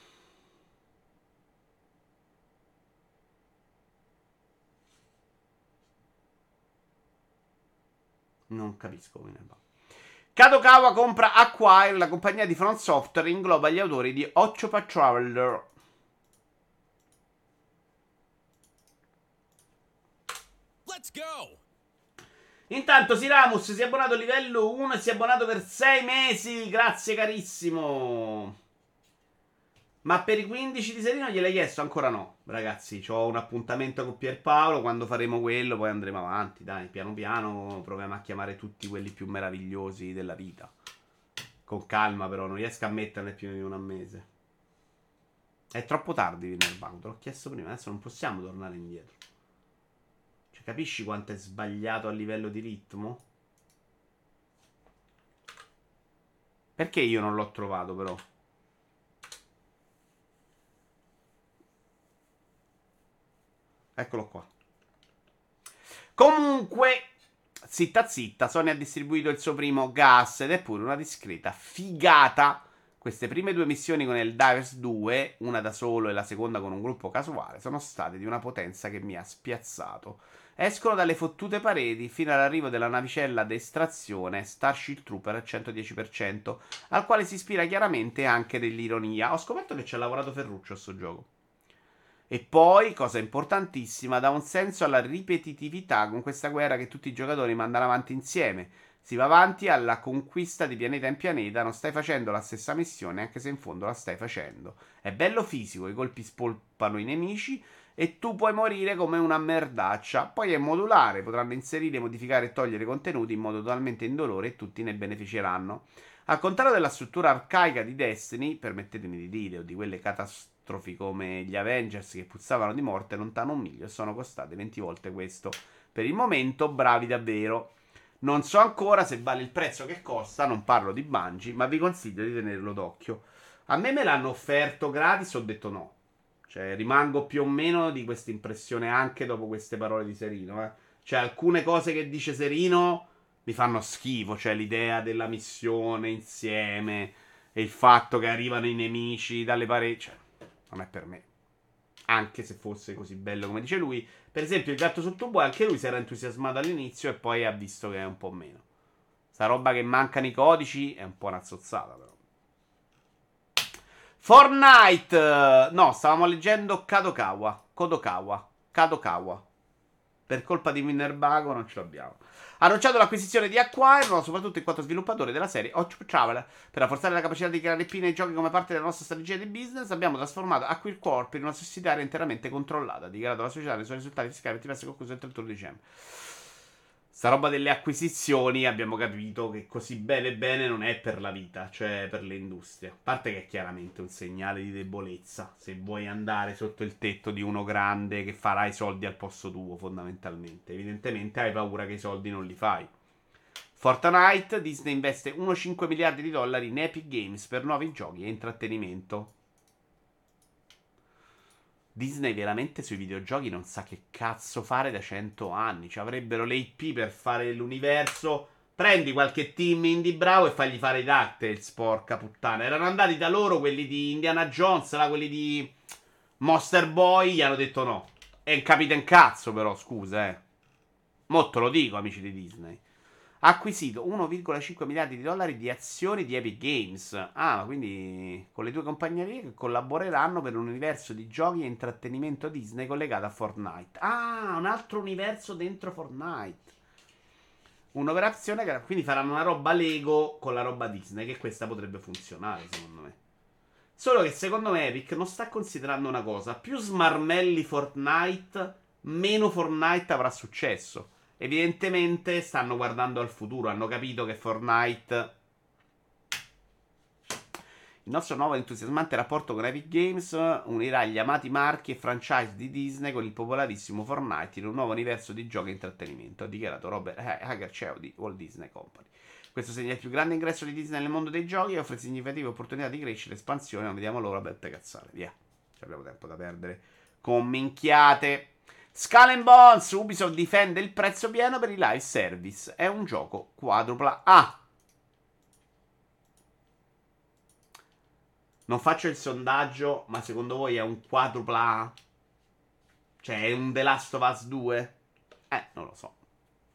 Non capisco come ne va. Kadokawa compra Acquire, la compagnia di Front Software ingloba gli autori di Octopath Traveler. Let's go! Intanto Siramus si è abbonato a livello uno e si è abbonato per sei mesi. Grazie carissimo. Ma per i quindici di Serino gliel'hai chiesto? Ancora no, ragazzi. Ho un appuntamento con Pierpaolo. Quando faremo quello, poi andremo avanti. Dai, piano piano proviamo a chiamare tutti quelli più meravigliosi della vita. Con calma, però, non riesco a metterne più di uno a mese. È troppo tardi, Winnerbank. Te l'ho chiesto prima. Adesso non possiamo tornare indietro. Cioè, capisci quanto è sbagliato a livello di ritmo? Perché io non l'ho trovato, però? Eccolo qua. Comunque, zitta zitta, Sony ha distribuito il suo primo gas ed è pure una discreta figata. Queste prime due missioni con il Divers due, una da solo e la seconda con un gruppo casuale, sono state di una potenza che mi ha spiazzato. Escono dalle fottute pareti fino all'arrivo della navicella d'estrazione Starship Trooper al centodieci per cento, al quale si ispira chiaramente anche dell'ironia. Ho scoperto che ci ha lavorato Ferruccio a sto gioco. E poi, cosa importantissima, dà un senso alla ripetitività con questa guerra che tutti i giocatori mandano avanti insieme. Si va avanti alla conquista di pianeta in pianeta, non stai facendo la stessa missione anche se in fondo la stai facendo. È bello fisico, i colpi spolpano i nemici e tu puoi morire come una merdaccia. Poi è modulare, potranno inserire, modificare e togliere contenuti in modo totalmente indolore e tutti ne beneficeranno. Al contrario della struttura arcaica di Destiny, permettetemi di dire, o di quelle catastrofi come gli Avengers che puzzavano di morte lontano un miglio e sono costate venti volte questo. Per il momento, bravi davvero. Non so ancora se vale il prezzo che costa, non parlo di Bungie, ma vi consiglio di tenerlo d'occhio. A me me l'hanno offerto gratis, ho detto no. Cioè, rimango più o meno di questa impressione anche dopo queste parole di Serino. Eh. Cioè, alcune cose che dice Serino mi fanno schifo. Cioè, l'idea della missione insieme e il fatto che arrivano i nemici dalle pareti. Cioè, non è per me. Anche se fosse così bello come dice lui. Per esempio, il gatto sul tubo, anche lui si era entusiasmato all'inizio e poi ha visto che è un po' meno. Sta roba che mancano i codici è un po' una zozzata, però. Fortnite! No, stavamo leggendo Kadokawa. Kodokawa. Kadokawa. Per colpa di Winnerbago non ce l'abbiamo. Ha annunciato l'acquisizione di Acquire, soprattutto in quanto sviluppatore della serie Occhio Traveler. Per rafforzare la capacità di creare P nei giochi come parte della nostra strategia di business, abbiamo trasformato Acquire Corp in una sussidiaria interamente controllata. Ha dichiarato la società nei suoi risultati fiscali per diversi conclusi il trentuno dicembre. Sta roba delle acquisizioni abbiamo capito che così bene bene non è per la vita, cioè per le industrie. A parte che è chiaramente un segnale di debolezza. Se vuoi andare sotto il tetto di uno grande che farà i soldi al posto tuo, fondamentalmente. Evidentemente hai paura che i soldi non li fai. Fortnite, Disney investe uno virgola cinque miliardi di dollari in Epic Games per nuovi giochi e intrattenimento. Disney veramente sui videogiochi non sa che cazzo fare da cento anni. Cioè avrebbero le I P per fare l'universo. Prendi qualche team indie bravo e fagli fare i DuckTales, porca puttana. Erano andati da loro quelli di Indiana Jones, là, quelli di Monster Boy, gli hanno detto no. E capite un cazzo però, scusa, eh. Mo te lo dico, amici di Disney. Ha acquisito uno virgola cinque miliardi di dollari di azioni di Epic Games. Ah, quindi con le due compagnie che collaboreranno per un universo di giochi e intrattenimento Disney collegato a Fortnite. Ah, un altro universo dentro Fortnite. Un'operazione che quindi faranno una roba Lego con la roba Disney, che questa potrebbe funzionare, secondo me. Solo che secondo me Epic non sta considerando una cosa. Più smarmelli Fortnite, meno Fortnite avrà successo. Evidentemente stanno guardando al futuro. Hanno capito che Fortnite, il nostro nuovo entusiasmante rapporto con Epic Games, unirà gli amati marchi e franchise di Disney con il popolarissimo Fortnite in un nuovo universo di giochi e intrattenimento, ha dichiarato Robert Hager, C E O di Walt Disney Company. Questo segna il più grande ingresso di Disney nel mondo dei giochi e offre significative opportunità di crescita e espansione. Non vediamo l'ora, belle cazzate. Via, ci abbiamo tempo da perdere con minchiate. Skull and Bones, Ubisoft difende il prezzo pieno per i live service. È un gioco quadrupla A. Non faccio il sondaggio, ma secondo voi è un quadrupla A? Cioè è un The Last of Us due? Eh, non lo so.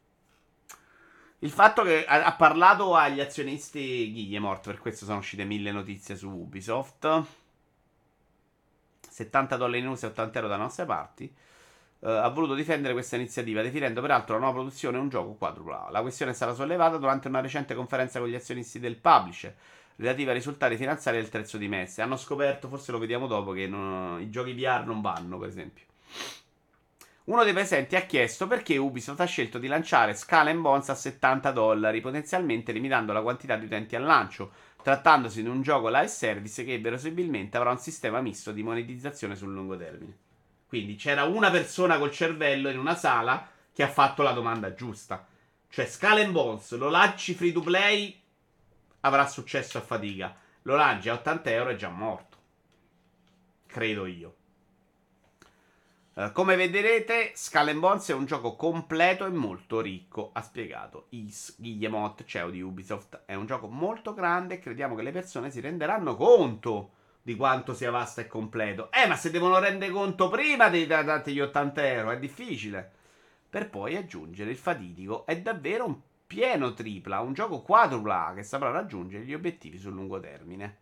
Il fatto che ha, ha parlato agli azionisti Guillemot, per questo sono uscite mille notizie su Ubisoft. settanta dollari in U S e ottanta euro da nostre parti. Uh, ha voluto difendere questa iniziativa, definendo peraltro la nuova produzione un gioco quadrupla A. La questione è stata sollevata durante una recente conferenza con gli azionisti del publisher. relativa ai risultati finanziari del terzo dimestre. Hanno scoperto, forse lo vediamo dopo, che non- i giochi V R non vanno, per esempio. Uno dei presenti ha chiesto perché Ubisoft ha scelto di lanciare Skull and Bones a settanta dollari, potenzialmente limitando la quantità di utenti al lancio, trattandosi di un gioco live service che verosimilmente avrà un sistema misto di monetizzazione sul lungo termine. Quindi c'era una persona col cervello in una sala che ha fatto la domanda giusta. Cioè Skull and Bones lo lanci free to play, avrà successo a fatica. Lo lanci a ottanta euro, è già morto. Credo io. Uh, come vedrete, Skull and Bones è un gioco completo e molto ricco, ha spiegato Is Guillemot, C E O di Ubisoft. È un gioco molto grande e crediamo che le persone si renderanno conto di quanto sia vasto e completo. Eh, ma se devono rendere conto prima di darti gli ottanta euro, è difficile. Per poi aggiungere il fatidico, è davvero un pieno tripla, un gioco quadrupla che saprà raggiungere gli obiettivi sul lungo termine.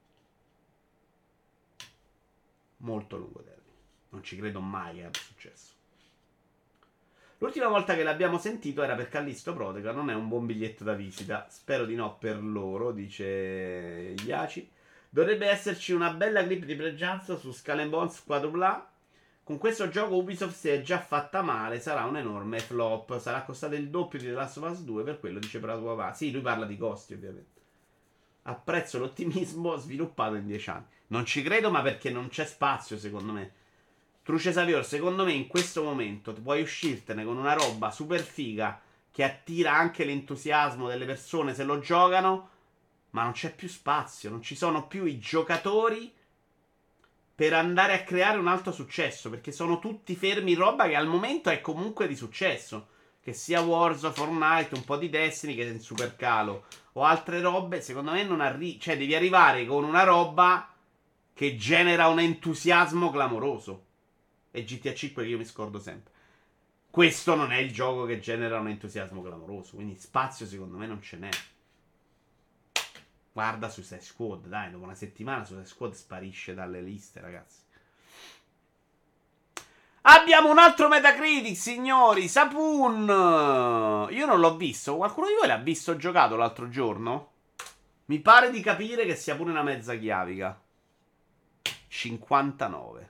Molto lungo termine. Non ci credo mai che abbia successo. L'ultima volta che l'abbiamo sentito era per Callisto Protega. Non è un buon biglietto da visita. Spero di no per loro, dice Iaci. Dovrebbe esserci una bella clip di pregianza su Skull and Bones quadrupla. Con questo gioco Ubisoft si è già fatta male. Sarà un enorme flop. Sarà costato il doppio di The Last of Us due. Per quello dice per la tua papà. Sì, lui parla di costi ovviamente. Apprezzo l'ottimismo sviluppato in dieci anni. Non ci credo, ma perché non c'è spazio secondo me. Truce Savior, secondo me in questo momento puoi uscirtene con una roba super figa che attira anche l'entusiasmo delle persone se lo giocano, ma non c'è più spazio, non ci sono più i giocatori per andare a creare un altro successo, perché sono tutti fermi in roba che al momento è comunque di successo, che sia Warzone, Fortnite, un po' di Destiny che è in super calo, o altre robe, secondo me non arrivi, cioè devi arrivare con una roba che genera un entusiasmo clamoroso. E G T A cinque che io mi scordo sempre. Questo non è il gioco che genera un entusiasmo clamoroso. Quindi spazio secondo me non ce n'è. Guarda Suicide Squad, dai, dopo una settimana Suicide Squad sparisce dalle liste, ragazzi. Abbiamo un altro Metacritic, signori, Sapun. Io non l'ho visto. Qualcuno di voi l'ha visto giocato l'altro giorno? Mi pare di capire che sia pure una mezza chiavica. cinquantanove.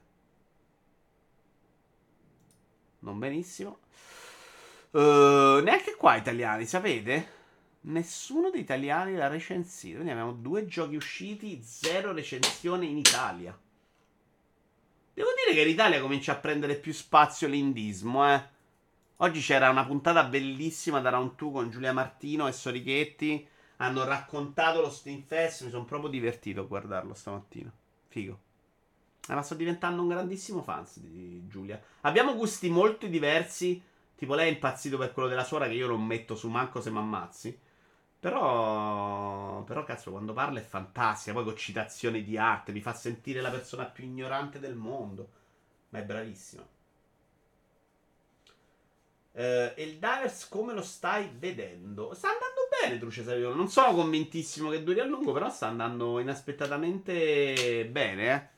Non benissimo. Uh, neanche qua italiani, sapete? Nessuno dei italiani l'ha recensito. Quindi abbiamo due giochi usciti, zero recensione in Italia. Devo dire che l'Italia comincia a prendere più spazio l'indismo, eh. Oggi c'era una puntata bellissima da Round due con Giulia Martino e Sorichetti. Hanno raccontato lo Steam Fest. Mi sono proprio divertito a guardarlo stamattina. Figo. Eh, ma sto diventando un grandissimo fan di Giulia. Abbiamo gusti molto diversi. Tipo lei è impazzito per quello della suora che io non metto su manco se mi ammazzi. Però, però cazzo, quando parla è fantastica. Poi con citazioni di arte mi fa sentire la persona più ignorante del mondo. Ma è bravissima. Eh, e il Divers come lo stai vedendo? Sta andando bene, Truce Saviolo. Non sono convintissimo che duri a lungo, però sta andando inaspettatamente bene, eh.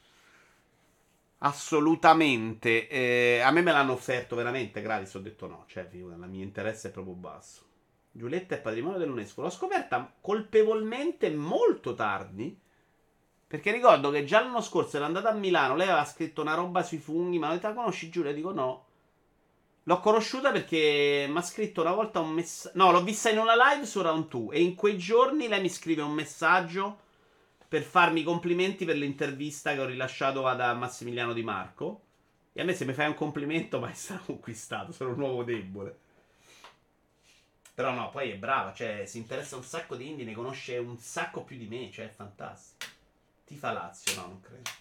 Assolutamente. Eh, a me me l'hanno offerto veramente gratis. Ho detto no. Cioè, figura, il mio interesse è proprio basso. Giulietta è patrimonio dell'UNESCO. L'ho scoperta colpevolmente molto tardi. Perché ricordo che già l'anno scorso era andata a Milano. Lei aveva scritto una roba sui funghi. Ma ho detto, la conosci Giulia? Dico no. L'ho conosciuta perché mi ha scritto una volta un messaggio. No, l'ho vista in una live su Round due. E in quei giorni lei mi scrive un messaggio per farmi i complimenti per l'intervista che ho rilasciato ad a Massimiliano Di Marco. E a me se mi fai un complimento mai sarà conquistato, sono un uomo debole. Però no, poi è brava, cioè si interessa un sacco di indie, ne conosce un sacco più di me, cioè è fantastico. Tifa Lazio, no, non credo.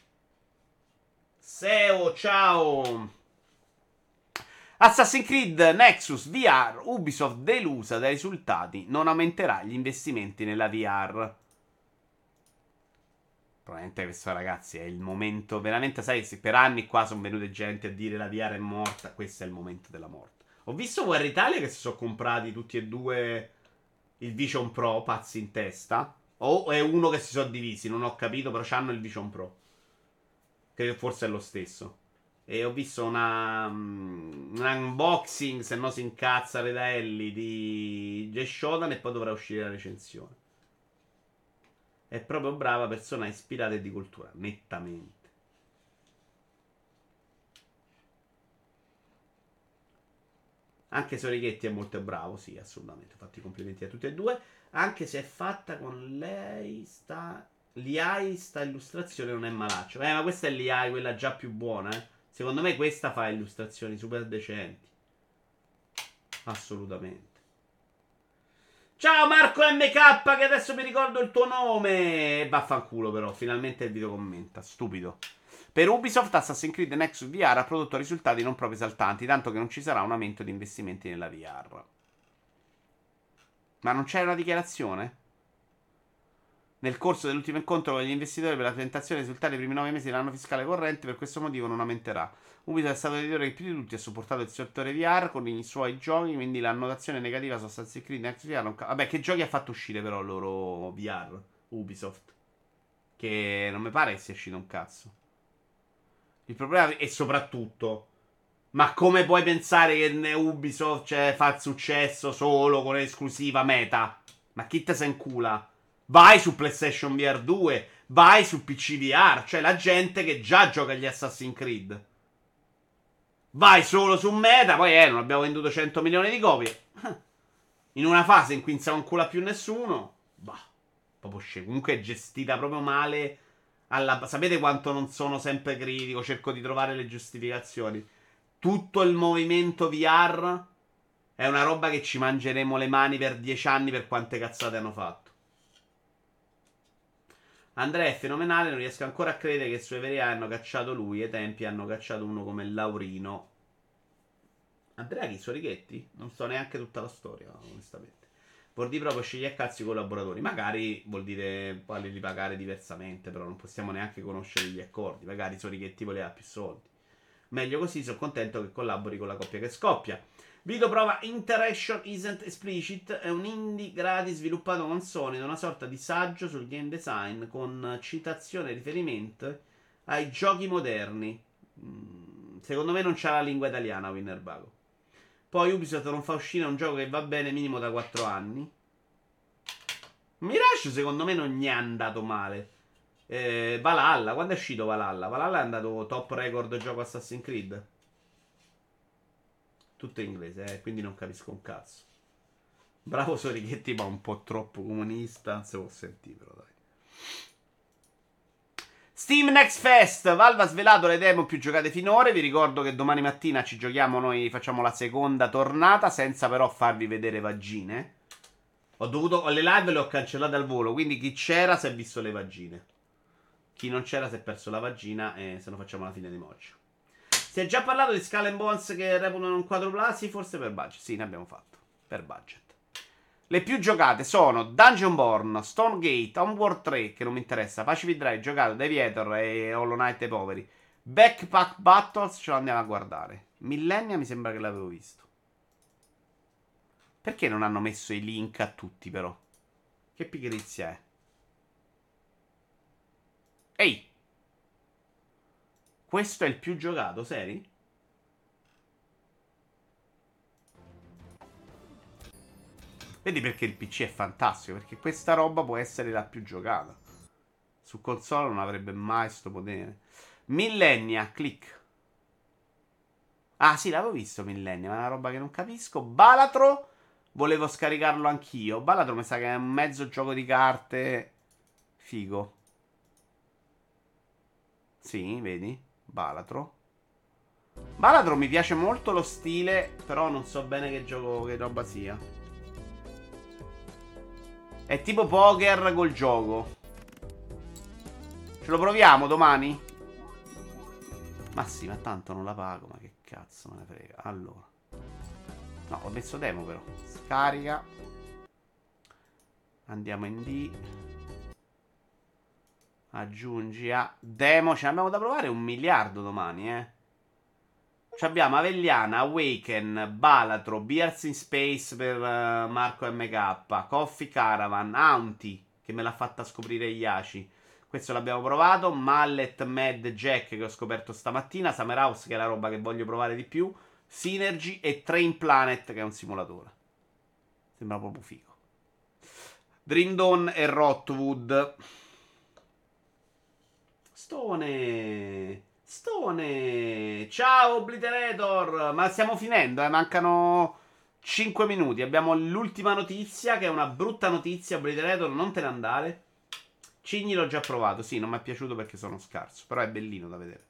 Seo, ciao! Assassin's Creed Nexus V R, Ubisoft delusa dai risultati, non aumenterà gli investimenti nella V R. Probabilmente questo, ragazzi, è il momento. Veramente, sai, se per anni qua sono venute gente a dire la V R è morta. Questo è il momento della morte. Ho visto Guerra Italia che si sono comprati tutti e due il Vision Pro, pazzi in testa. O è uno che si sono divisi, non ho capito, però c'hanno il Vision Pro. Che forse è lo stesso. E ho visto una, um, un unboxing, se no si incazza Redaelli, di Jay Shodan e poi dovrà uscire la recensione. È proprio brava persona ispirata e di cultura, nettamente. Anche Sorichetti è molto bravo, sì, assolutamente. Ho fatto i complimenti a tutti e due. Anche se è fatta con lei, sta... L'I A I, sta illustrazione non è malaccio. Eh, ma questa è l'I A I, quella già più buona, eh. Secondo me questa fa illustrazioni super decenti. Assolutamente. Ciao Marco M K, che adesso mi ricordo il tuo nome. Vaffanculo però, finalmente il video commenta. Stupido. Per Ubisoft, Assassin's Creed Nexus V R ha prodotto risultati non proprio esaltanti, tanto che non ci sarà un aumento di investimenti nella V R. Ma non c'è una dichiarazione? Nel corso dell'ultimo incontro con gli investitori per la presentazione dei risultati dei primi nove mesi dell'anno fiscale corrente, per questo motivo non aumenterà. Ubisoft è stato l'editore che più di tutti ha supportato il settore V R con i suoi giochi, quindi l'annotazione negativa su Assassin's Creed Nexus V R non ca- Vabbè, che giochi ha fatto uscire però loro V R? Ubisoft. Che non mi pare che sia uscito un cazzo. Il problema è soprattutto, ma come puoi pensare che Ubisoft, cioè, fa il successo solo con l'esclusiva meta? Ma chi te se incula? Vai su PlayStation V R due, vai su P C V R, cioè la gente che già gioca agli Assassin's Creed. Vai solo su meta, poi eh, non abbiamo venduto cento milioni di copie. In una fase in cui non si incula più nessuno, bah, proprio scemo. Comunque è gestita proprio male. Alla... Sapete quanto non sono sempre critico? Cerco di trovare le giustificazioni. Tutto il movimento V R è una roba che ci mangeremo le mani per dieci anni per quante cazzate hanno fatto. Andrea è fenomenale, non riesco ancora a credere che su Everia hanno cacciato lui e ai tempi hanno cacciato uno come Laurino. Andrea chi? Sorichetti? Non so neanche tutta la storia, onestamente. Vuol dire proprio scegliere a cazzo i collaboratori. Magari vuol dire farli pagare diversamente, però non possiamo neanche conoscere gli accordi. Magari Sorichetti voleva più soldi. Meglio così, sono contento che collabori con la coppia che scoppia. Video prova Interaction Isn't Explicit. È un indie gratis sviluppato con Sony ed una sorta di saggio sul game design con citazione e riferimento ai giochi moderni. Secondo me non c'ha la lingua italiana Winnerbago. Poi Ubisoft non fa uscire un gioco che va bene minimo da quattro anni. Mirage secondo me non gli è andato male. eh, Valhalla, quando è uscito Valhalla? Valhalla è andato top record gioco Assassin's Creed. Tutto in inglese, eh, quindi non capisco un cazzo. Bravo Sorichetti, ma un po' troppo comunista. Non si può sentire, però dai. Steam Next Fest. Valve ha svelato le demo più giocate finora. Vi ricordo che domani mattina ci giochiamo noi, facciamo la seconda tornata, senza però farvi vedere vagine. Ho dovuto, le live le ho cancellate al volo, quindi chi c'era si è visto le vagine. Chi non c'era si è perso la vagina e se no facciamo la fine di Moccia. Si è già parlato di Skull and Bones che reputano un quadrupla? Sì, forse per budget. Sì, ne abbiamo fatto. Per budget. Le più giocate sono Dungeonborn, Stonegate, Homeworld tre, che non mi interessa, Pacific Drive, giocato, Deviator e Hollow Knight ai poveri. Backpack Battles, ce lo andiamo a guardare. Millennia mi sembra che l'avevo visto. Perché non hanno messo i link a tutti, però? Che pigrizia è? Ehi! Questo è il più giocato, seri? Vedi perché il P C è fantastico? Perché questa roba può essere la più giocata. Su console non avrebbe mai sto potere. Millennia, click. Ah sì, l'avevo visto Millennia, ma è una roba che non capisco. Balatro, volevo scaricarlo anch'io. Balatro mi sa che è un mezzo gioco di carte figo. Sì, vedi? Balatro. Balatro mi piace molto lo stile, però non so bene che gioco, che roba sia. È tipo poker col gioco. Ce lo proviamo domani? Ma sì, ma tanto non la pago, ma che cazzo me ne frega. Allora. No, ho messo demo però. Scarica. Andiamo in D. Aggiungi a demo. Ce ne abbiamo da provare un miliardo domani, eh. Ci abbiamo Avelliana, Awaken, Balatro, Beers in Space per uh, Marco M K, Coffee Caravan, Auntie, che me l'ha fatta scoprire Iaci. Questo l'abbiamo provato. Mallet, Mad Jack, che ho scoperto stamattina. Summer House, che è la roba che voglio provare di più. Synergy e Train Planet, che è un simulatore. Sembra proprio figo. Dream Dawn e Rotwood. Stone. Stone. Ciao Obliterator. Ma stiamo finendo, eh. Mancano cinque minuti. Abbiamo l'ultima notizia, che è una brutta notizia. Obliterator, non te ne andare. Cigni l'ho già provato. Sì, non mi è piaciuto perché sono scarso. Però è bellino da vedere.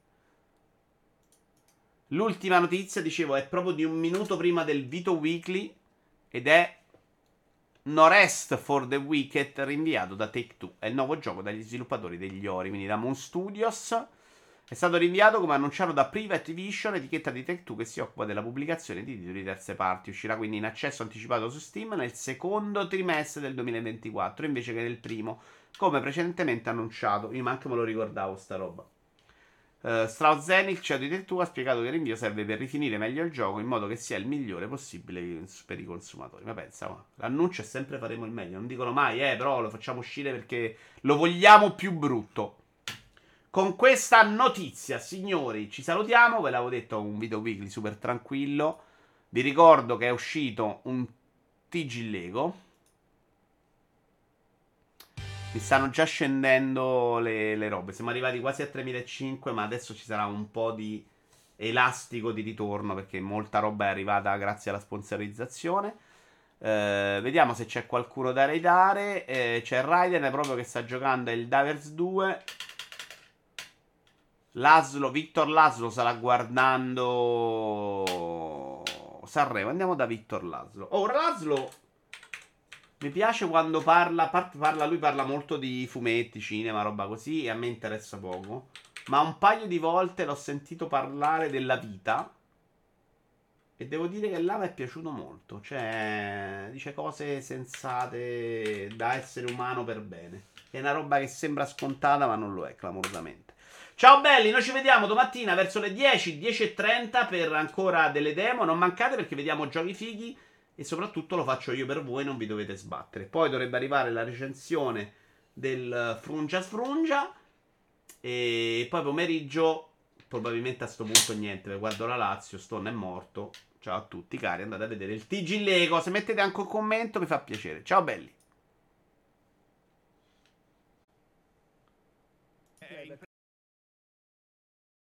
L'ultima notizia, dicevo, è proprio di un minuto prima del Vito Weekly. Ed è No Rest for the Wicked, rinviato da Take-Two. È il nuovo gioco dagli sviluppatori degli Ori, quindi da Moon Studios. È stato rinviato, come annunciato da Private Vision, etichetta di Take-Two che si occupa della pubblicazione di titoli di terze parti. Uscirà quindi in accesso anticipato su Steam nel secondo trimestre del duemilaventiquattro, invece che nel primo, come precedentemente annunciato. Io manco me lo ricordavo sta roba. Uh, Strauss Zenith, C E O di Take-Two, ha spiegato che il rinvio serve per rifinire meglio il gioco in modo che sia il migliore possibile per i consumatori. Ma pensa, ma l'annuncio è sempre faremo il meglio. Non dicono mai, eh, però lo facciamo uscire perché lo vogliamo più brutto. Con questa notizia, signori, ci salutiamo. Ve l'avevo detto, un video weekly super tranquillo. Vi ricordo che è uscito un T G Lego. Mi stanno già scendendo le, le robe. Siamo arrivati quasi a tremilacinquecento, ma adesso ci sarà un po' di elastico di ritorno perché molta roba è arrivata grazie alla sponsorizzazione. Eh, vediamo se c'è qualcuno da raidare. Eh, c'è Raiden proprio che sta giocando il Divers due. Laszlo, Victor Laszlo sarà guardando Sanremo. Andiamo da Victor Laszlo. Oh, Laszlo mi piace quando parla, parla, lui parla molto di fumetti, cinema, roba così, e a me interessa poco. Ma un paio di volte l'ho sentito parlare della vita e devo dire che là mi è piaciuto molto. Cioè, dice cose sensate da essere umano per bene. È una roba che sembra scontata ma non lo è, clamorosamente. Ciao belli, noi ci vediamo domattina verso le dieci, dieci e trenta per ancora delle demo. Non mancate perché vediamo giochi fighi. E soprattutto lo faccio io per voi, non vi dovete sbattere. Poi dovrebbe arrivare la recensione del Frungia Sfrungia. E poi pomeriggio, probabilmente a sto punto niente, guardo la Lazio, Stone è morto. Ciao a tutti cari, andate a vedere il T G Lego. Se mettete anche un commento mi fa piacere. Ciao belli.